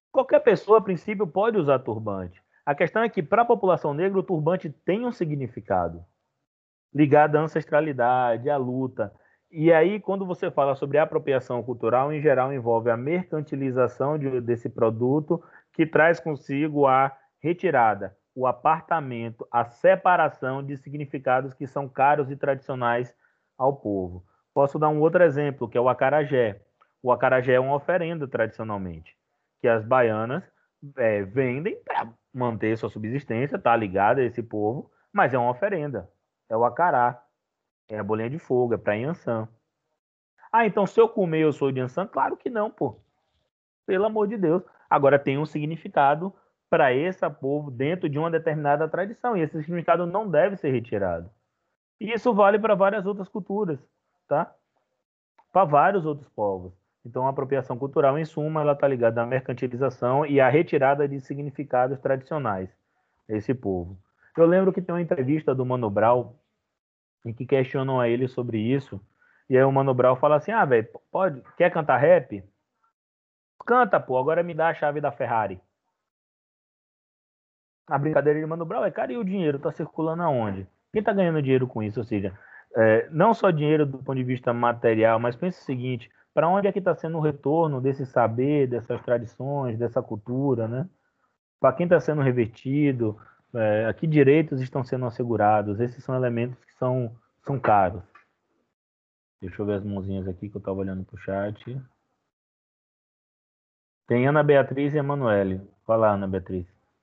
Qualquer pessoa, a princípio, pode usar turbante. A questão é que, para a população negra, o turbante tem um significado ligado à ancestralidade, à luta. E aí, quando você fala sobre apropriação cultural, em geral, envolve a mercantilização desse produto, que traz consigo a retirada, o apartamento, a separação de significados que são caros e tradicionais ao povo. Posso dar um outro exemplo, que é o acarajé. O acarajé é uma oferenda, tradicionalmente, que as baianas vendem para manter sua subsistência, está ligada a esse povo, mas é uma oferenda. É o acará, é a bolinha de fogo, é para Yansan. Ah, então se eu comer eu sou de Yansan? Claro que não, pô. Pelo amor de Deus. Agora tem um significado para esse povo dentro de uma determinada tradição, e esse significado não deve ser retirado. E isso vale para várias outras culturas, tá? Para vários outros povos. Então, a apropriação cultural, em suma, ela está ligada à mercantilização e à retirada de significados tradicionais desse povo. Eu lembro que tem uma entrevista do Mano Brown em que questionam a ele sobre isso, e aí o Mano Brown fala assim, velho, quer cantar rap? Canta, pô, agora me dá a chave da Ferrari. A brincadeira de Mano Brown é, cara, e o dinheiro tá circulando aonde? Quem tá ganhando dinheiro com isso? Ou seja, não só dinheiro do ponto de vista material, mas pense o seguinte, para onde é que está sendo o retorno desse saber, dessas tradições, dessa cultura, né? Para quem está sendo revertido, a que direitos estão sendo assegurados? Esses são elementos que são caros. Deixa eu ver as mãozinhas aqui que eu estava olhando para o chat. Tem Ana Beatriz e Emanuele. Fala, Ana Beatriz.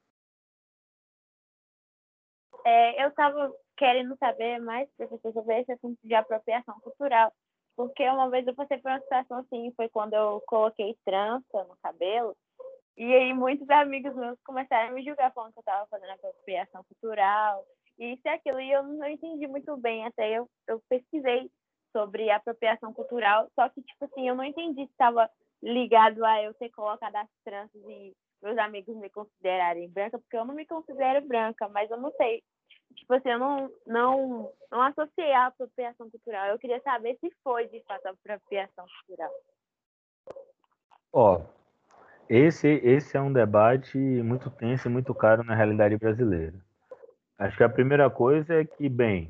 Eu estava querendo saber mais, professor, sobre esse assunto de apropriação cultural, porque uma vez eu passei por uma situação assim, foi quando eu coloquei trança no cabelo, e aí muitos amigos meus começaram a me julgar falando que eu estava fazendo apropriação cultural, e isso e aquilo, e eu não entendi muito bem, até eu pesquisei sobre apropriação cultural, só que, tipo assim, eu não entendi se estava ligado a eu ter colocado as tranças e meus amigos me considerarem branca, porque eu não me considero branca, mas eu não sei. Tipo assim, eu não associei a apropriação cultural. Eu queria saber se foi, de fato, apropriação cultural. Esse é um debate muito tenso e muito caro na realidade brasileira. Acho que a primeira coisa é que, bem,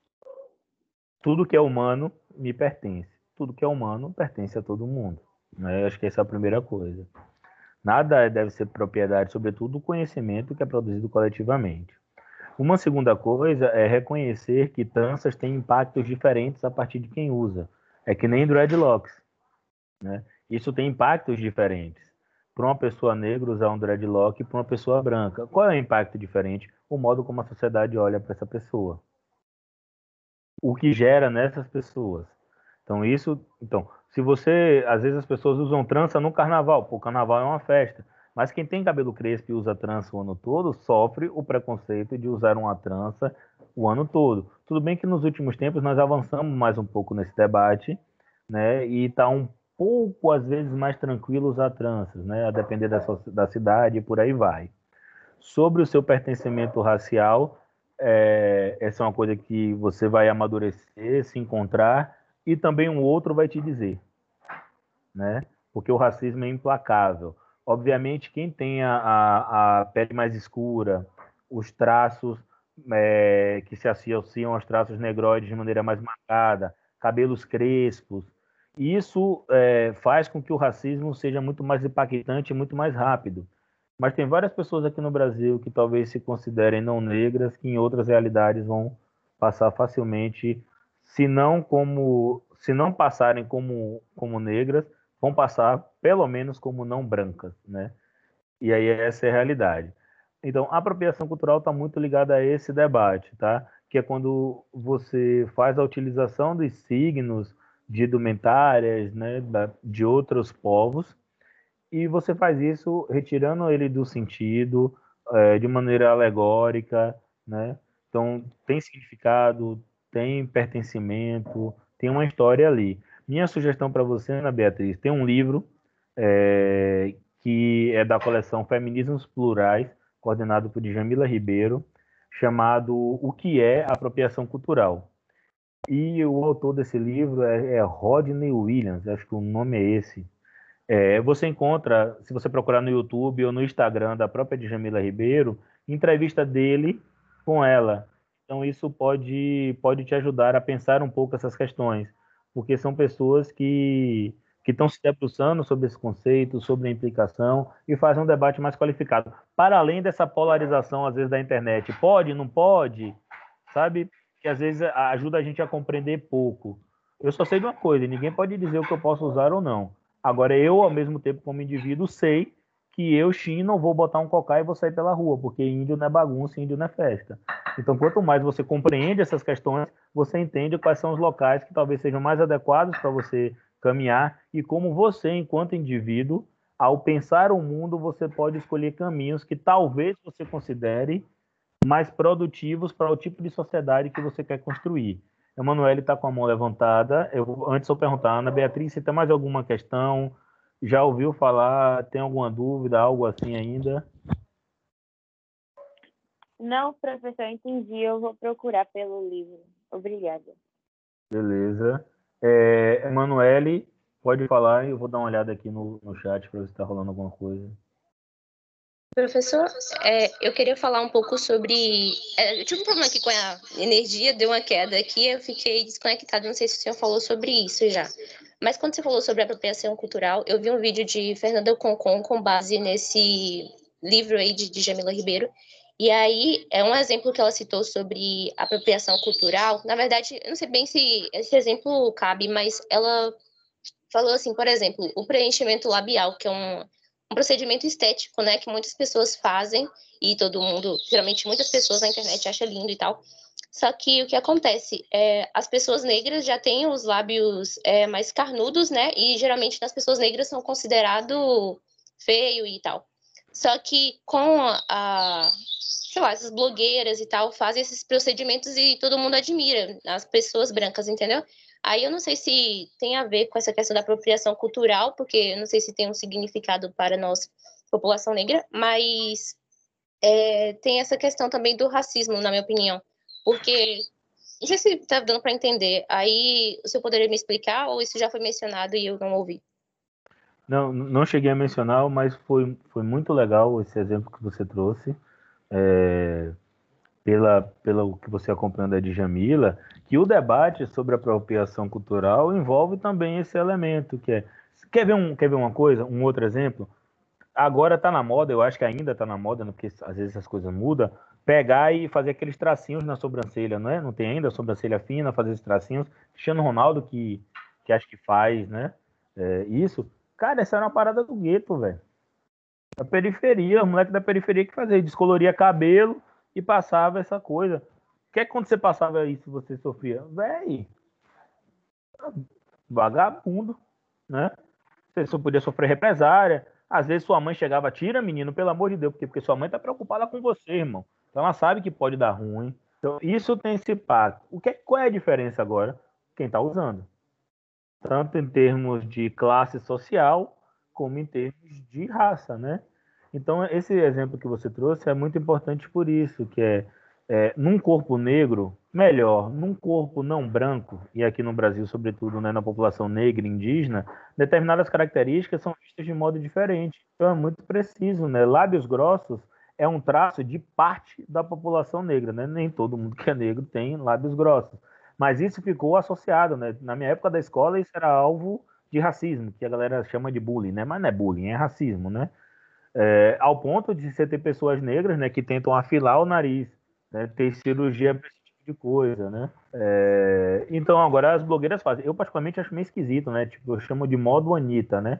tudo que é humano me pertence. Tudo que é humano pertence a todo mundo. Né? Acho que essa é a primeira coisa. Nada deve ser propriedade, sobretudo o conhecimento que é produzido coletivamente. Uma segunda coisa é reconhecer que tranças têm impactos diferentes a partir de quem usa. É que nem dreadlocks, né? Isso tem impactos diferentes. Para uma pessoa negra usar um dreadlock e para uma pessoa branca. Qual é o impacto diferente? O modo como a sociedade olha para essa pessoa. O que gera nessas pessoas. Então, se você, às vezes as pessoas usam trança no carnaval, o carnaval é uma festa, mas quem tem cabelo crespo e usa trança o ano todo, sofre o preconceito de usar uma trança o ano todo. Tudo bem que nos últimos tempos nós avançamos mais um pouco nesse debate, né, e está um pouco, às vezes, mais tranquilo usar tranças, né, a depender da cidade e por aí vai. Sobre o seu pertencimento racial, essa é uma coisa que você vai amadurecer, se encontrar, e também um outro vai te dizer, né? Porque o racismo é implacável. Obviamente, quem tem a pele mais escura, os traços que se associam aos traços negroides de maneira mais marcada, cabelos crespos, isso faz com que o racismo seja muito mais impactante e muito mais rápido. Mas tem várias pessoas aqui no Brasil que talvez se considerem não negras, que em outras realidades vão passar facilmente, se não passarem como negras, vão passar pelo menos como não brancas, né? E aí essa é a realidade. Então, a apropriação cultural está muito ligada a esse debate, tá? Que é quando você faz a utilização dos signos de indumentárias, né, de outros povos, e você faz isso retirando ele do sentido, de maneira alegórica, né? Então, tem significado, tem pertencimento, tem uma história ali. Minha sugestão para você, Ana Beatriz, tem um livro que é da coleção Feminismos Plurais, coordenado por Djamila Ribeiro, chamado O que é Apropriação Cultural. E o autor desse livro é Rodney Williams, acho que o nome é esse. Você encontra, se você procurar no YouTube ou no Instagram da própria Djamila Ribeiro, entrevista dele com ela. Então, isso pode te ajudar a pensar um pouco essas questões, porque são pessoas que estão se debruçando sobre esse conceito, sobre a implicação, e fazem um debate mais qualificado. Para além dessa polarização, às vezes, da internet. Pode, não pode? Sabe? Que às vezes ajuda a gente a compreender pouco. Eu só sei de uma coisa, ninguém pode dizer o que eu posso usar ou não. Agora, eu, ao mesmo tempo, como indivíduo, sei que eu, Shin, não vou botar um cocá e vou sair pela rua, porque índio não é bagunça, índio não é festa. Então, quanto mais você compreende essas questões, você entende quais são os locais que talvez sejam mais adequados para você caminhar e como você, enquanto indivíduo, ao pensar o mundo, você pode escolher caminhos que talvez você considere mais produtivos para o tipo de sociedade que você quer construir. Emanuele está com a mão levantada. Antes eu perguntar, Ana Beatriz, você tem mais alguma questão? Já ouviu falar? Tem alguma dúvida? Algo assim ainda? Não, professor, entendi. Eu vou procurar pelo livro. Obrigada. Beleza. Emanuele, pode falar. Eu vou dar uma olhada aqui no chat para ver se está rolando alguma coisa. Professor, eu queria falar um pouco sobre... eu tive um problema aqui com a energia, deu uma queda aqui, eu fiquei desconectada, não sei se o senhor falou sobre isso já. Mas quando você falou sobre apropriação cultural, eu vi um vídeo de Fernanda Concon com base nesse livro aí de Djamila Ribeiro, e aí é um exemplo que ela citou sobre apropriação cultural. Na verdade, eu não sei bem se esse exemplo cabe, mas ela falou assim, por exemplo, o preenchimento labial, que é um procedimento estético, né, que muitas pessoas fazem e todo mundo, geralmente muitas pessoas na internet acham lindo e tal. Só que o que acontece as pessoas negras já têm os lábios mais carnudos, né, e geralmente as pessoas negras são considerado feio e tal. Só que com sei lá, essas blogueiras e tal fazem esses procedimentos e todo mundo admira, as pessoas brancas, entendeu? Aí eu não sei se tem a ver com essa questão da apropriação cultural, porque eu não sei se tem um significado para nós, população negra, mas tem essa questão também do racismo, na minha opinião. Porque, não sei se está dando para entender, aí o senhor poderia me explicar ou isso já foi mencionado e eu não ouvi? Não cheguei a mencionar, mas foi muito legal esse exemplo que você trouxe. Pelo que você acompanhando da Djamila, que o debate sobre apropriação cultural envolve também esse elemento, que é... Quer ver uma coisa? Um outro exemplo? Agora está na moda, eu acho que ainda está na moda, né, porque às vezes as coisas mudam, pegar e fazer aqueles tracinhos na sobrancelha, não é? Não tem ainda a sobrancelha fina, fazer esses tracinhos. Cristiano Ronaldo, que acho que faz, né? Isso. Cara, essa era uma parada do gueto, velho. Da periferia, o moleque da periferia que fazia, descoloria cabelo e passava essa coisa. O que é que quando você passava isso você sofria? Véi, vagabundo, né? Você só podia sofrer represária. Às vezes sua mãe chegava, tira, menino, pelo amor de Deus, porque sua mãe tá preocupada com você, irmão. Então ela sabe que pode dar ruim. Então isso tem esse impacto. Qual é a diferença agora? Quem tá usando. Tanto em termos de classe social, como em termos de raça, né? Então, esse exemplo que você trouxe é muito importante por isso, que num corpo negro, melhor, num corpo não branco, e aqui no Brasil, sobretudo, né, na população negra e indígena, determinadas características são vistas de modo diferente. Então, é muito preciso, né? Lábios grossos é um traço de parte da população negra, né? Nem todo mundo que é negro tem lábios grossos. Mas isso ficou associado, né? Na minha época da escola, isso era alvo de racismo, que a galera chama de bullying, né? Mas não é bullying, é racismo, né? Ao ponto de você ter pessoas negras, né, que tentam afilar o nariz, né, ter cirurgia para esse tipo de coisa, né? Então agora as blogueiras fazem. Eu particularmente acho meio esquisito, né? Tipo, eu chamo de modo Anitta, né?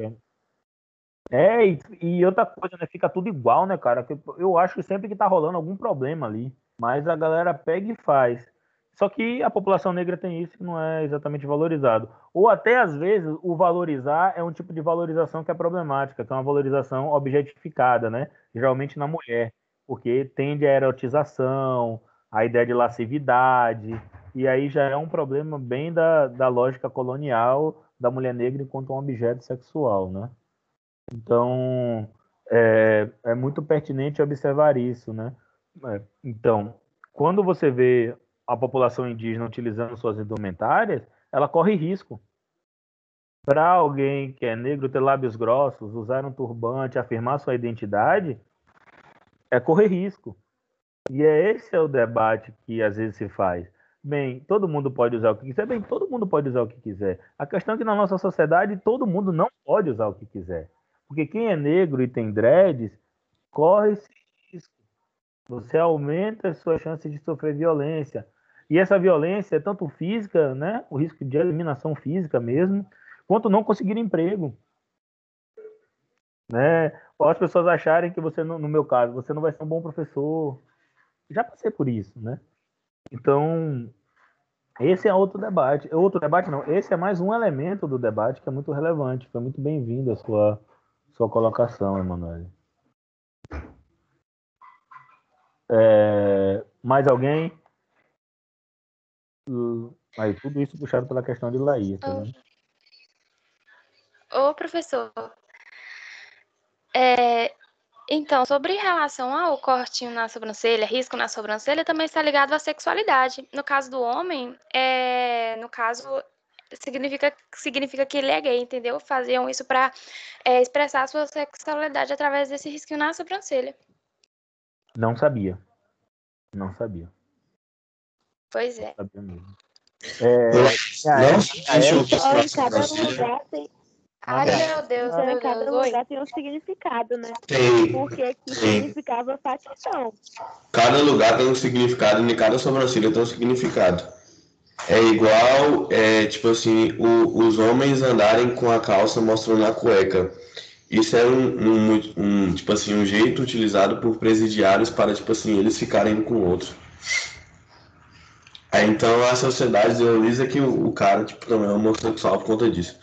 E outra coisa, né? Fica tudo igual, né, cara? Eu acho que sempre que tá rolando algum problema ali, mas a galera pega e faz. Só que a população negra tem isso que não é exatamente valorizado. Ou até, às vezes, o valorizar é um tipo de valorização que é problemática, que é uma valorização objetificada, né? Geralmente na mulher, porque tende à erotização, a ideia de lascividade, e aí já é um problema bem da lógica colonial da mulher negra enquanto um objeto sexual, né? Então, é muito pertinente observar isso, né? Então, quando você vê a população indígena utilizando suas indumentárias, ela corre risco. Para alguém que é negro ter lábios grossos, usar um turbante, afirmar sua identidade, é correr risco. E esse é o debate que às vezes se faz. Bem, todo mundo pode usar o que quiser. Bem, todo mundo pode usar o que quiser. A questão é que na nossa sociedade todo mundo não pode usar o que quiser. Porque quem é negro e tem dreads, corre esse risco. Você aumenta as suas chances de sofrer violência. E essa violência é tanto física, né? O risco de eliminação física mesmo, quanto não conseguir emprego. Né? Ou as pessoas acharem que você, no meu caso, você não vai ser um bom professor. Já passei por isso, né? Então, esse é outro debate. Outro debate não, esse é mais um elemento do debate que é muito relevante. Foi muito bem-vindo a sua colocação, Emanuele. Mais alguém? Aí, tudo isso puxado pela questão de Laís. Né? Ô, professor, então, sobre relação ao cortinho na sobrancelha, risco na sobrancelha, também está ligado à sexualidade. No caso do homem, significa que ele é gay, entendeu? Faziam isso para expressar a sua sexualidade através desse risquinho na sobrancelha. Não sabia. Pois é. Não sabia mesmo. Cada lugar tem... Ai, meu Deus, cada lugar tem um significado, né? Porque aqui significava fatidão. Cada lugar tem um significado e cada sobrancelha tem um significado. É igual, tipo assim, os homens andarem com a calça mostrando a cueca. Isso é tipo assim, um jeito utilizado por presidiários para, tipo assim, eles ficarem um com o outro. Então a sociedade idealiza que o cara, tipo, também é homossexual por conta disso.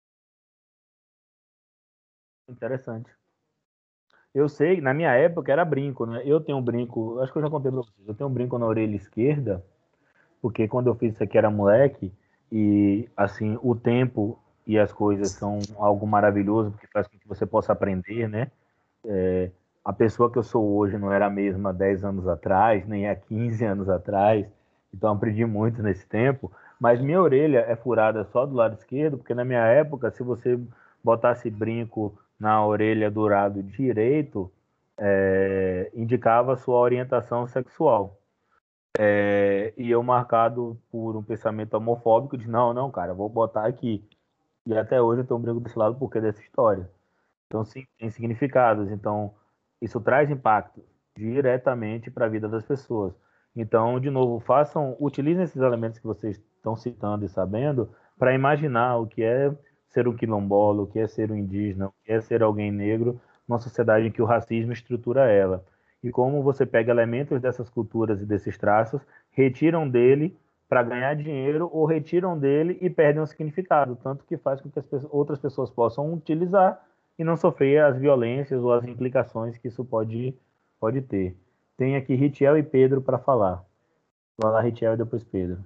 Interessante. Eu sei, na minha época era brinco, né? Eu tenho um brinco, acho que eu já contei pra vocês, eu tenho um brinco na orelha esquerda, porque quando eu fiz isso aqui era moleque, e assim, o tempo e as coisas são algo maravilhoso, porque faz com que você possa aprender, né? A pessoa que eu sou hoje não era a mesma há 10 anos atrás, nem há 15 anos atrás, então aprendi muito nesse tempo, mas minha orelha é furada só do lado esquerdo, porque na minha época, se você botasse brinco na orelha do lado direito, indicava sua orientação sexual. E eu marcado por um pensamento homofóbico de não, cara, vou botar aqui. E até hoje eu tenho um brinco desse lado porque dessa história. Então, sim, tem significados. Então, isso traz impacto diretamente para a vida das pessoas. Então, de novo, utilizem esses elementos que vocês estão citando e sabendo para imaginar o que é ser um quilombola, o que é ser um indígena, o que é ser alguém negro numa sociedade em que o racismo estrutura ela. E como você pega elementos dessas culturas e desses traços, retiram dele para ganhar dinheiro ou retiram dele e perdem o significado, tanto que faz com que outras pessoas possam utilizar e não sofrer as violências ou as implicações que isso pode ter. Tem aqui Ritiel e Pedro para falar. Vai lá, Ritiel, e depois Pedro.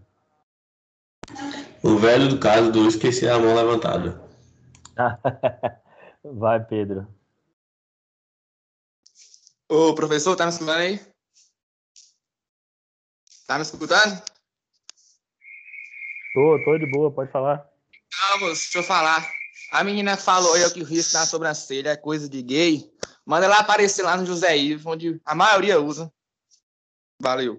O velho do caso do esquecer a mão levantada. Vai, Pedro. Ô, professor, tá me escutando aí? Tá me escutando? Tô de boa, pode falar. Vamos, deixa eu falar. A menina falou aí que o risco na sobrancelha é coisa de gay. Manda ela aparecer lá no José Ivo, onde a maioria usa. Valeu.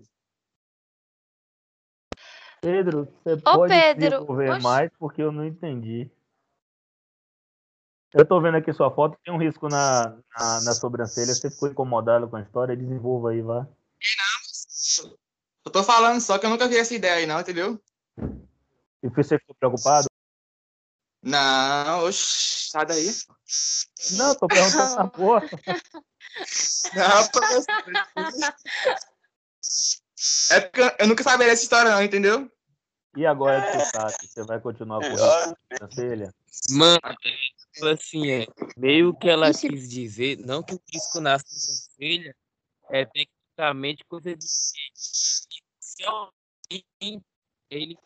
Pedro, você pode desenvolver mais porque eu não entendi. Eu tô vendo aqui sua foto, tem um risco na sobrancelha. Você ficou incomodado com a história? Desenvolva aí, vá. Não, eu tô falando só que eu nunca vi essa ideia aí, não, entendeu? E você ficou preocupado? Não, oxi, sai daí. Não, tô perguntando essa porra. Não, professor. É porque eu nunca saberia essa história, não, entendeu? E agora que você sabe, você vai continuar com a sobrancelha? Mano, assim, meio que ela quis dizer, não que o risco na sobrancelha é tecnicamente coisa de se alguém ele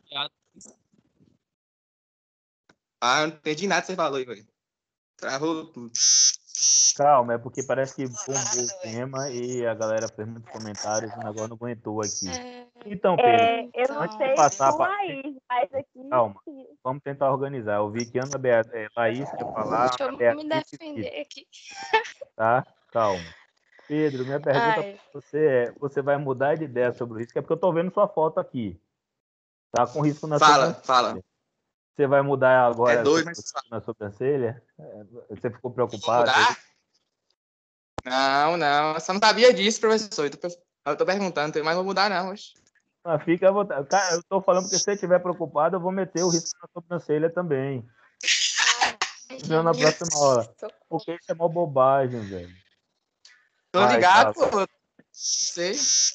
eu não entendi nada que você falou aí, velho. Travou tudo. Calma, é porque parece que bombou o tema e a galera fez muitos comentários e o negócio não aguentou aqui. Então, Pedro, Eu não antes de sei passar com para... Laís, mas aqui. Calma, vamos tentar organizar. Eu vi que Laís quer falar, Deixa Ana eu me Beatriz e defender Vitor, aqui. tá? Calma. Pedro, minha pergunta Ai, para você é: você vai mudar de ideia sobre o risco? É porque eu estou vendo sua foto aqui. Tá com risco na Fala. sobrancelha. Você vai mudar É agora doido, mas fala. na sobrancelha? Você ficou Vou preocupado aí? mudar? Não. Eu só não sabia disso, professor. Eu tô perguntando, mas não vou mudar, não. Oxe. Mas fica à vontade. Cara, eu estou falando porque se você estiver preocupado, eu vou meter o risco na sobrancelha também. Não na próxima hora. Porque isso é uma bobagem, velho. Tô Vai, ligado, fala. pô. Sei.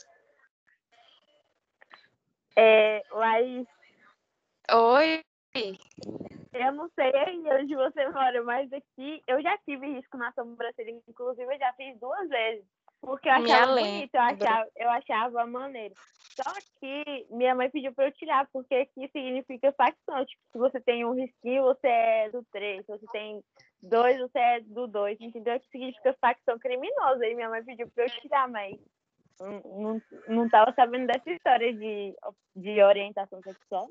Laís, oi. eu não sei aí onde você mora, mas aqui eu já tive risco na sobrancelha, inclusive eu já fiz 2 vezes, porque eu Me achava bonito, lembro. eu achava maneiro. Só que minha mãe pediu pra eu tirar, porque aqui significa facção. Tipo, se você tem um risquinho, você é do 3. Se você tem 2, você é do 2, entendeu? Que significa facção criminosa. E minha mãe pediu pra eu tirar, mas não tava sabendo dessa história de orientação sexual.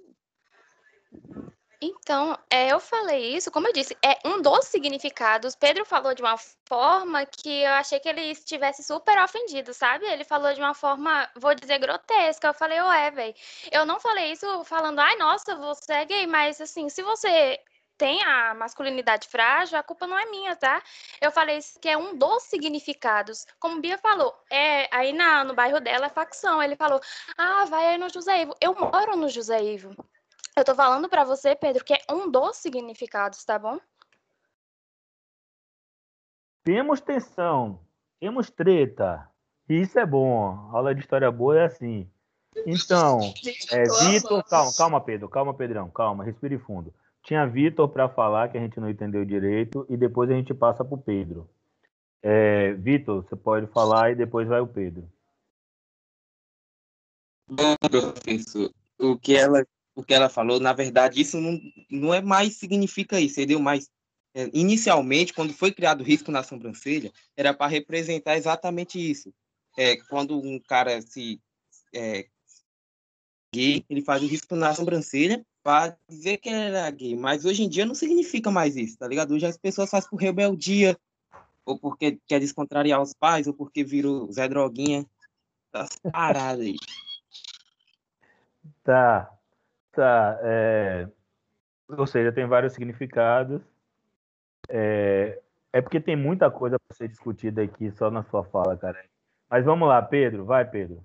Então, eu falei isso, como eu disse, é um dos significados. Pedro falou de uma forma que eu achei que ele estivesse super ofendido, sabe? Ele falou de uma forma, vou dizer, grotesca. Eu falei, ué, velho. Eu não falei isso falando, ai, nossa, você é gay, mas assim, se você tem a masculinidade frágil, a culpa não é minha, tá? Eu falei isso que é um dos significados. Como Bia falou, aí no bairro dela é facção. Ele falou, vai aí no José Ivo. Eu moro no José Ivo. Eu tô falando pra você, Pedro, que é um dos significados, tá bom? Temos tensão, temos treta. E isso é bom. Aula de história boa é assim. Então, Vitor, calma, Pedro, calma, Pedrão, calma, respire fundo. Tinha Vitor para falar que a gente não entendeu direito e depois a gente passa para o Pedro. Vitor, você pode falar e depois vai o Pedro. Bom, professor, o que ela falou, na verdade, isso não é mais significa isso, entendeu? Mas inicialmente, quando foi criado o risco na sobrancelha, era para representar exatamente isso. Quando um cara gay, ele faz o risco na sobrancelha para dizer que ele era gay, mas hoje em dia não significa mais isso, tá ligado? Hoje as pessoas fazem por rebeldia, ou porque quer descontrariar os pais, ou porque virou Zé Droguinha, tá parado aí. Tá. Ou seja, tem vários significados. É porque tem muita coisa para ser discutida aqui só na sua fala, cara. Mas vamos lá, Pedro. Vai, Pedro.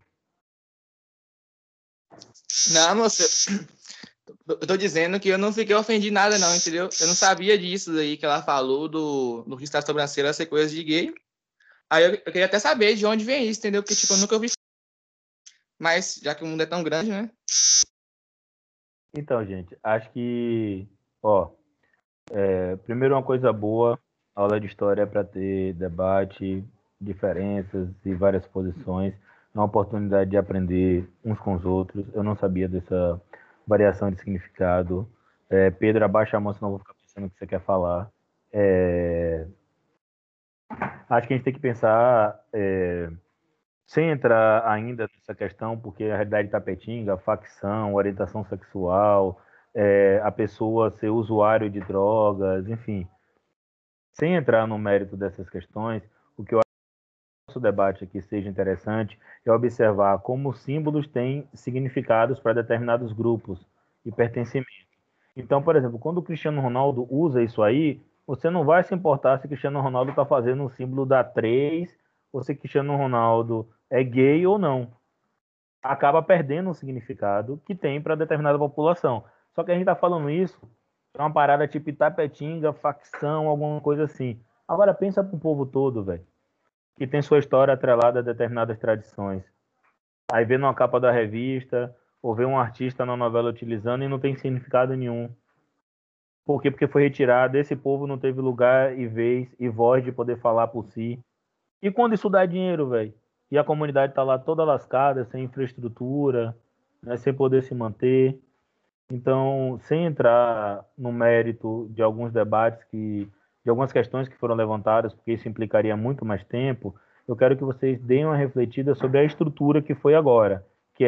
Não, moça. Eu tô dizendo que eu não fiquei ofendido nada, não, entendeu? Eu não sabia disso daí que ela falou do risco da sobrancelha ser coisa de gay. Aí eu queria até saber de onde vem isso, entendeu? Porque, tipo, eu nunca ouvi. Mas, já que o mundo é tão grande, né? Então, gente, acho que, primeiro uma coisa boa, a aula de história é para ter debate, diferenças e várias posições, é uma oportunidade de aprender uns com os outros. Eu não sabia dessa variação de significado. Pedro, abaixa a mão, senão eu vou ficar pensando o que você quer falar. Acho que a gente tem que pensar, sem entrar ainda nessa questão, porque a realidade tapetinga, facção, orientação sexual, a pessoa ser usuário de drogas, enfim. Sem entrar no mérito dessas questões, o que eu acho que o nosso debate aqui seja interessante é observar como os símbolos têm significados para determinados grupos e pertencimento. Então, por exemplo, quando o Cristiano Ronaldo usa isso aí, você não vai se importar se Cristiano Ronaldo está fazendo um símbolo da 3 ou se Cristiano Ronaldo é gay ou não. Acaba perdendo o significado que tem para determinada população. Só que a gente está falando isso é uma parada tipo Itapetinga, facção, alguma coisa assim. Agora pensa para o povo todo, velho, que tem sua história atrelada a determinadas tradições. Aí vê numa capa da revista, ou vê um artista na novela utilizando e não tem significado nenhum. Por quê? Porque foi retirado, esse povo não teve lugar e vez e voz de poder falar por si. E quando isso dá dinheiro, velho? E a comunidade tá lá toda lascada, sem infraestrutura, né, sem poder se manter. Então, sem entrar no mérito de alguns debates de algumas questões que foram levantadas, porque isso implicaria muito mais tempo, eu quero que vocês deem uma refletida sobre a estrutura que foi agora, que é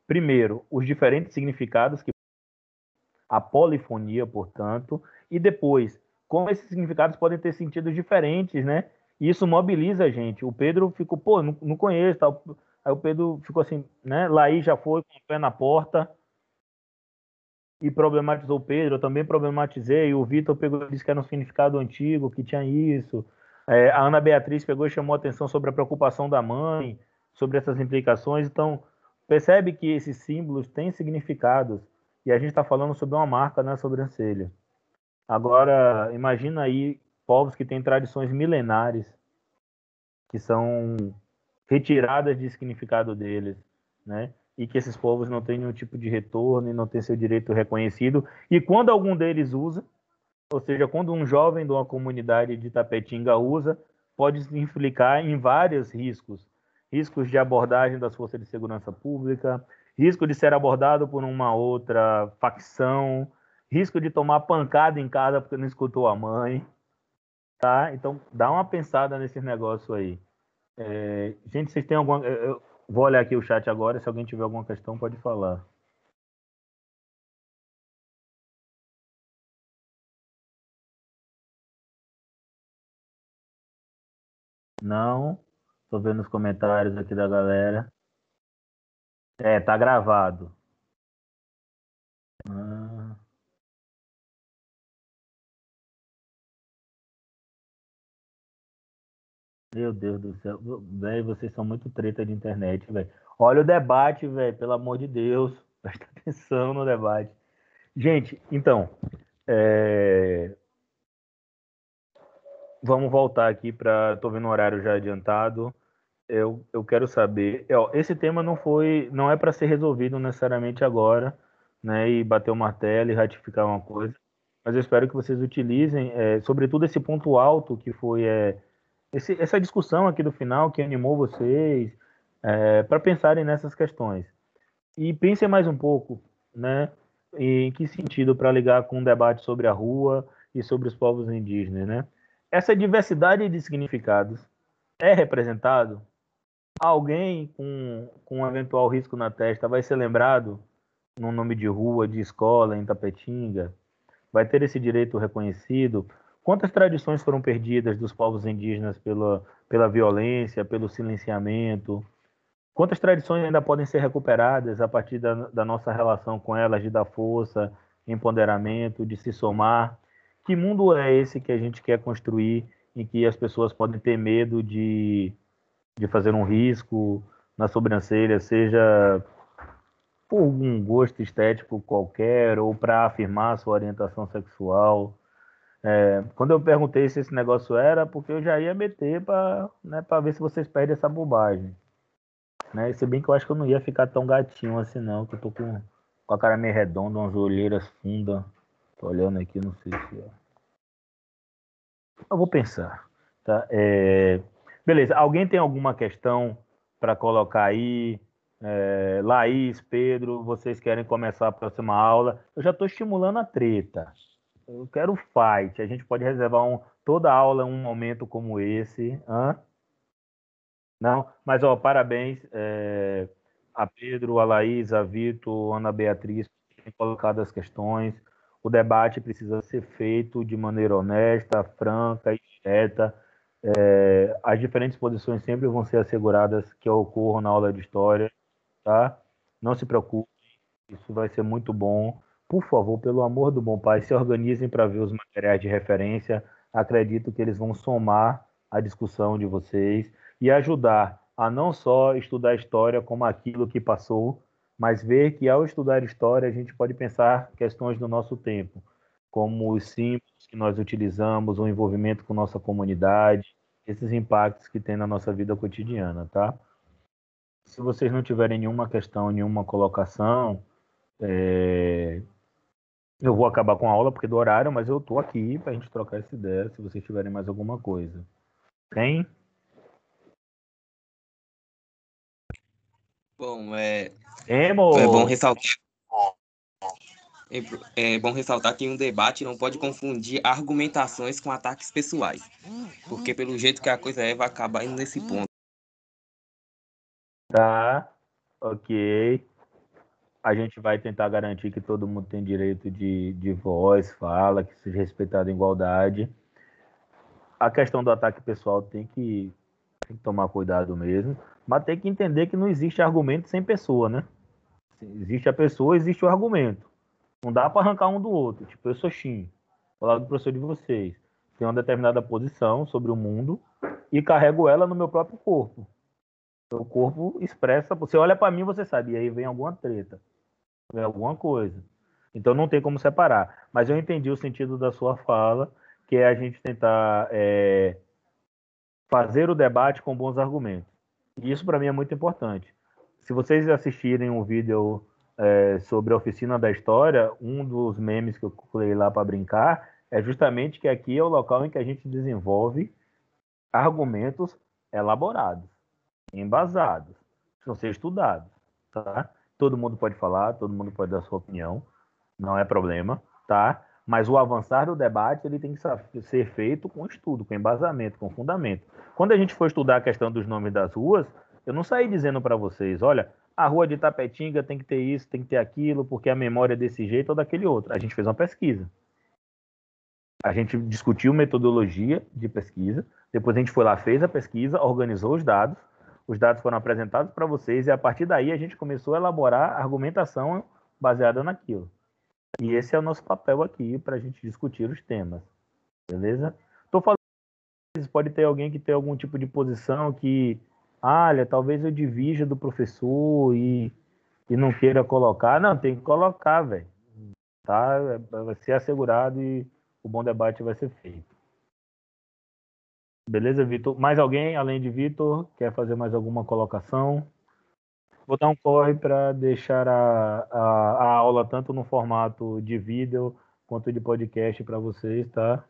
primeiro, os diferentes significados, a polifonia, portanto, e depois, como esses significados podem ter sentidos diferentes, né? E isso mobiliza a gente. O Pedro ficou, pô, não conheço, tal. Aí o Pedro ficou assim, né? Laís já foi com o pé na porta e problematizou o Pedro, eu também problematizei, o Vitor pegou e disse que era um significado antigo, que tinha isso. A Ana Beatriz pegou e chamou a atenção sobre a preocupação da mãe, sobre essas implicações. Então, percebe que esses símbolos têm significados, e a gente está falando sobre uma marca na sobrancelha. Agora, imagina aí povos que têm tradições milenares, que são retiradas de significado deles, né? E que esses povos não têm nenhum tipo de retorno e não têm seu direito reconhecido. E quando algum deles usa, ou seja, quando um jovem de uma comunidade de Tapetinga usa, pode se implicar em vários riscos. Riscos de abordagem das forças de segurança pública, risco de ser abordado por uma outra facção, risco de tomar pancada em casa porque não escutou a mãe, tá? Então, dá uma pensada nesse negócio aí. Gente, vocês têm alguma... Eu vou olhar aqui o chat agora, se alguém tiver alguma questão, pode falar. Não? Tô vendo os comentários aqui da galera. Tá gravado. Meu Deus do céu. Velho, vocês são muito treta de internet, velho. Olha o debate, velho, pelo amor de Deus. Presta atenção no debate. Gente, então, vamos voltar aqui para... Tô vendo o horário já adiantado. Eu quero saber... esse tema não é para ser resolvido necessariamente agora, né? E bater o martelo e ratificar uma coisa. Mas eu espero que vocês utilizem, sobretudo esse ponto alto que foi essa discussão aqui do final que animou vocês para pensarem nessas questões. E pensem mais um pouco, né? Em que sentido para ligar com um debate sobre a rua e sobre os povos indígenas, né? Essa diversidade de significados é representado? Alguém com um eventual risco na testa vai ser lembrado num nome de rua, de escola, em Tapetinga? Vai ter esse direito reconhecido? Quantas tradições foram perdidas dos povos indígenas pela violência, pelo silenciamento? Quantas tradições ainda podem ser recuperadas a partir da nossa relação com elas, de dar força, empoderamento, de se somar? Que mundo é esse que a gente quer construir, em que as pessoas podem ter medo de fazer um risco na sobrancelha, seja por um gosto estético qualquer ou para afirmar sua orientação sexual? Quando eu perguntei se esse negócio era, porque eu já ia meter para ver se vocês perdem essa bobagem. Né? Se bem que eu acho que eu não ia ficar tão gatinho assim não, que eu tô com a cara meio redonda, umas olheiras fundas. Tô olhando aqui, não sei se é. Eu vou pensar. Tá? Beleza, alguém tem alguma questão para colocar aí? Laís, Pedro, vocês querem começar a próxima aula? Eu já estou estimulando a treta. Eu quero fight. A gente pode reservar toda aula um momento como esse. Não? Mas, parabéns a Pedro, a Laís, a Vitor, a Ana Beatriz, por terem colocado as questões. O debate precisa ser feito de maneira honesta, franca e direta. As diferentes posições sempre vão ser asseguradas que ocorram na aula de história, tá? Não se preocupe, isso vai ser muito bom. Por favor, pelo amor do bom pai, se organizem para ver os materiais de referência. Acredito que eles vão somar a discussão de vocês e ajudar a não só estudar história como aquilo que passou, mas ver que ao estudar história a gente pode pensar questões do nosso tempo, como os símbolos que nós utilizamos, o envolvimento com nossa comunidade, esses impactos que tem na nossa vida cotidiana, tá? Se vocês não tiverem nenhuma questão, nenhuma colocação, eu vou acabar com a aula porque do horário, mas eu tô aqui para a gente trocar essa ideia, se vocês tiverem mais alguma coisa. Tem? Bom, Emo! é bom ressaltar. É bom ressaltar que um debate não pode confundir argumentações com ataques pessoais, porque pelo jeito que a coisa vai acabar indo nesse ponto. Tá, ok. A gente vai tentar garantir que todo mundo tem direito de voz, fala, que seja respeitado em igualdade. A questão do ataque pessoal tem que tomar cuidado mesmo, mas tem que entender que não existe argumento sem pessoa, né? Existe a pessoa, existe o argumento. Não dá para arrancar um do outro. Tipo, eu sou Shin, vou falar do professor de vocês. Tenho uma determinada posição sobre o mundo e carrego ela no meu próprio corpo. O corpo expressa. Você olha para mim, você sabe, e aí vem alguma treta, vem alguma coisa. Então não tem como separar. Mas eu entendi o sentido da sua fala, que é a gente tentar fazer o debate com bons argumentos. E isso para mim é muito importante. Se vocês assistirem um vídeo sobre a oficina da história, um dos memes que eu coloquei lá para brincar é justamente que aqui é o local em que a gente desenvolve argumentos elaborados, embasados, precisam ser estudados, tá? Todo mundo pode falar, todo mundo pode dar sua opinião, não é problema, tá? Mas o avançar do debate ele tem que ser feito com estudo, com embasamento, com fundamento. Quando a gente for estudar a questão dos nomes das ruas, eu não saí dizendo para vocês, olha, a rua de Tapetinga tem que ter isso, tem que ter aquilo, porque a memória é desse jeito ou daquele outro. A gente fez uma pesquisa. A gente discutiu metodologia de pesquisa, depois a gente foi lá, fez a pesquisa, organizou os dados foram apresentados para vocês e a partir daí a gente começou a elaborar argumentação baseada naquilo. E esse é o nosso papel aqui para a gente discutir os temas, beleza? Estou falando, pode ter alguém que tem algum tipo de posição que, olha, talvez eu divija do professor e não queira colocar. Não, tem que colocar, velho. Tá? Vai ser assegurado e o bom debate vai ser feito. Beleza, Vitor? Mais alguém, além de Vitor, quer fazer mais alguma colocação? Vou dar um corre para deixar a aula tanto no formato de vídeo quanto de podcast para vocês, tá?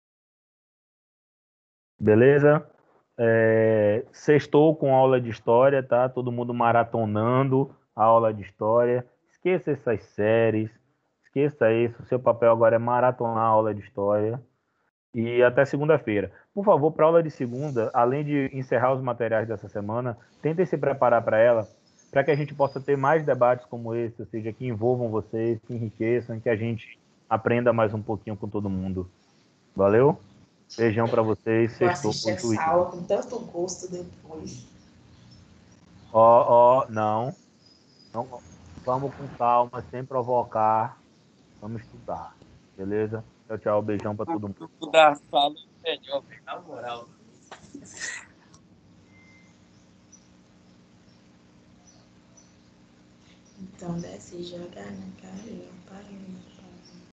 Beleza? Sextou com aula de história, tá? Todo mundo maratonando a aula de história. Esqueça essas séries, esqueça isso. O seu papel agora é maratonar a aula de história. E até segunda-feira. Por favor, para a aula de segunda, além de encerrar os materiais dessa semana, tentem se preparar para ela, para que a gente possa ter mais debates como esse, ou seja, que envolvam vocês, que enriqueçam, que a gente aprenda mais um pouquinho com todo mundo. Valeu? Beijão para vocês. Eu assisti essa aula com tanto gosto depois. Não. Vamos com calma, sem provocar. Vamos estudar. Beleza? Tchau, tchau. Beijão para todo mundo. Da sala melhor, na moral. Então desce e joga na cara, parei.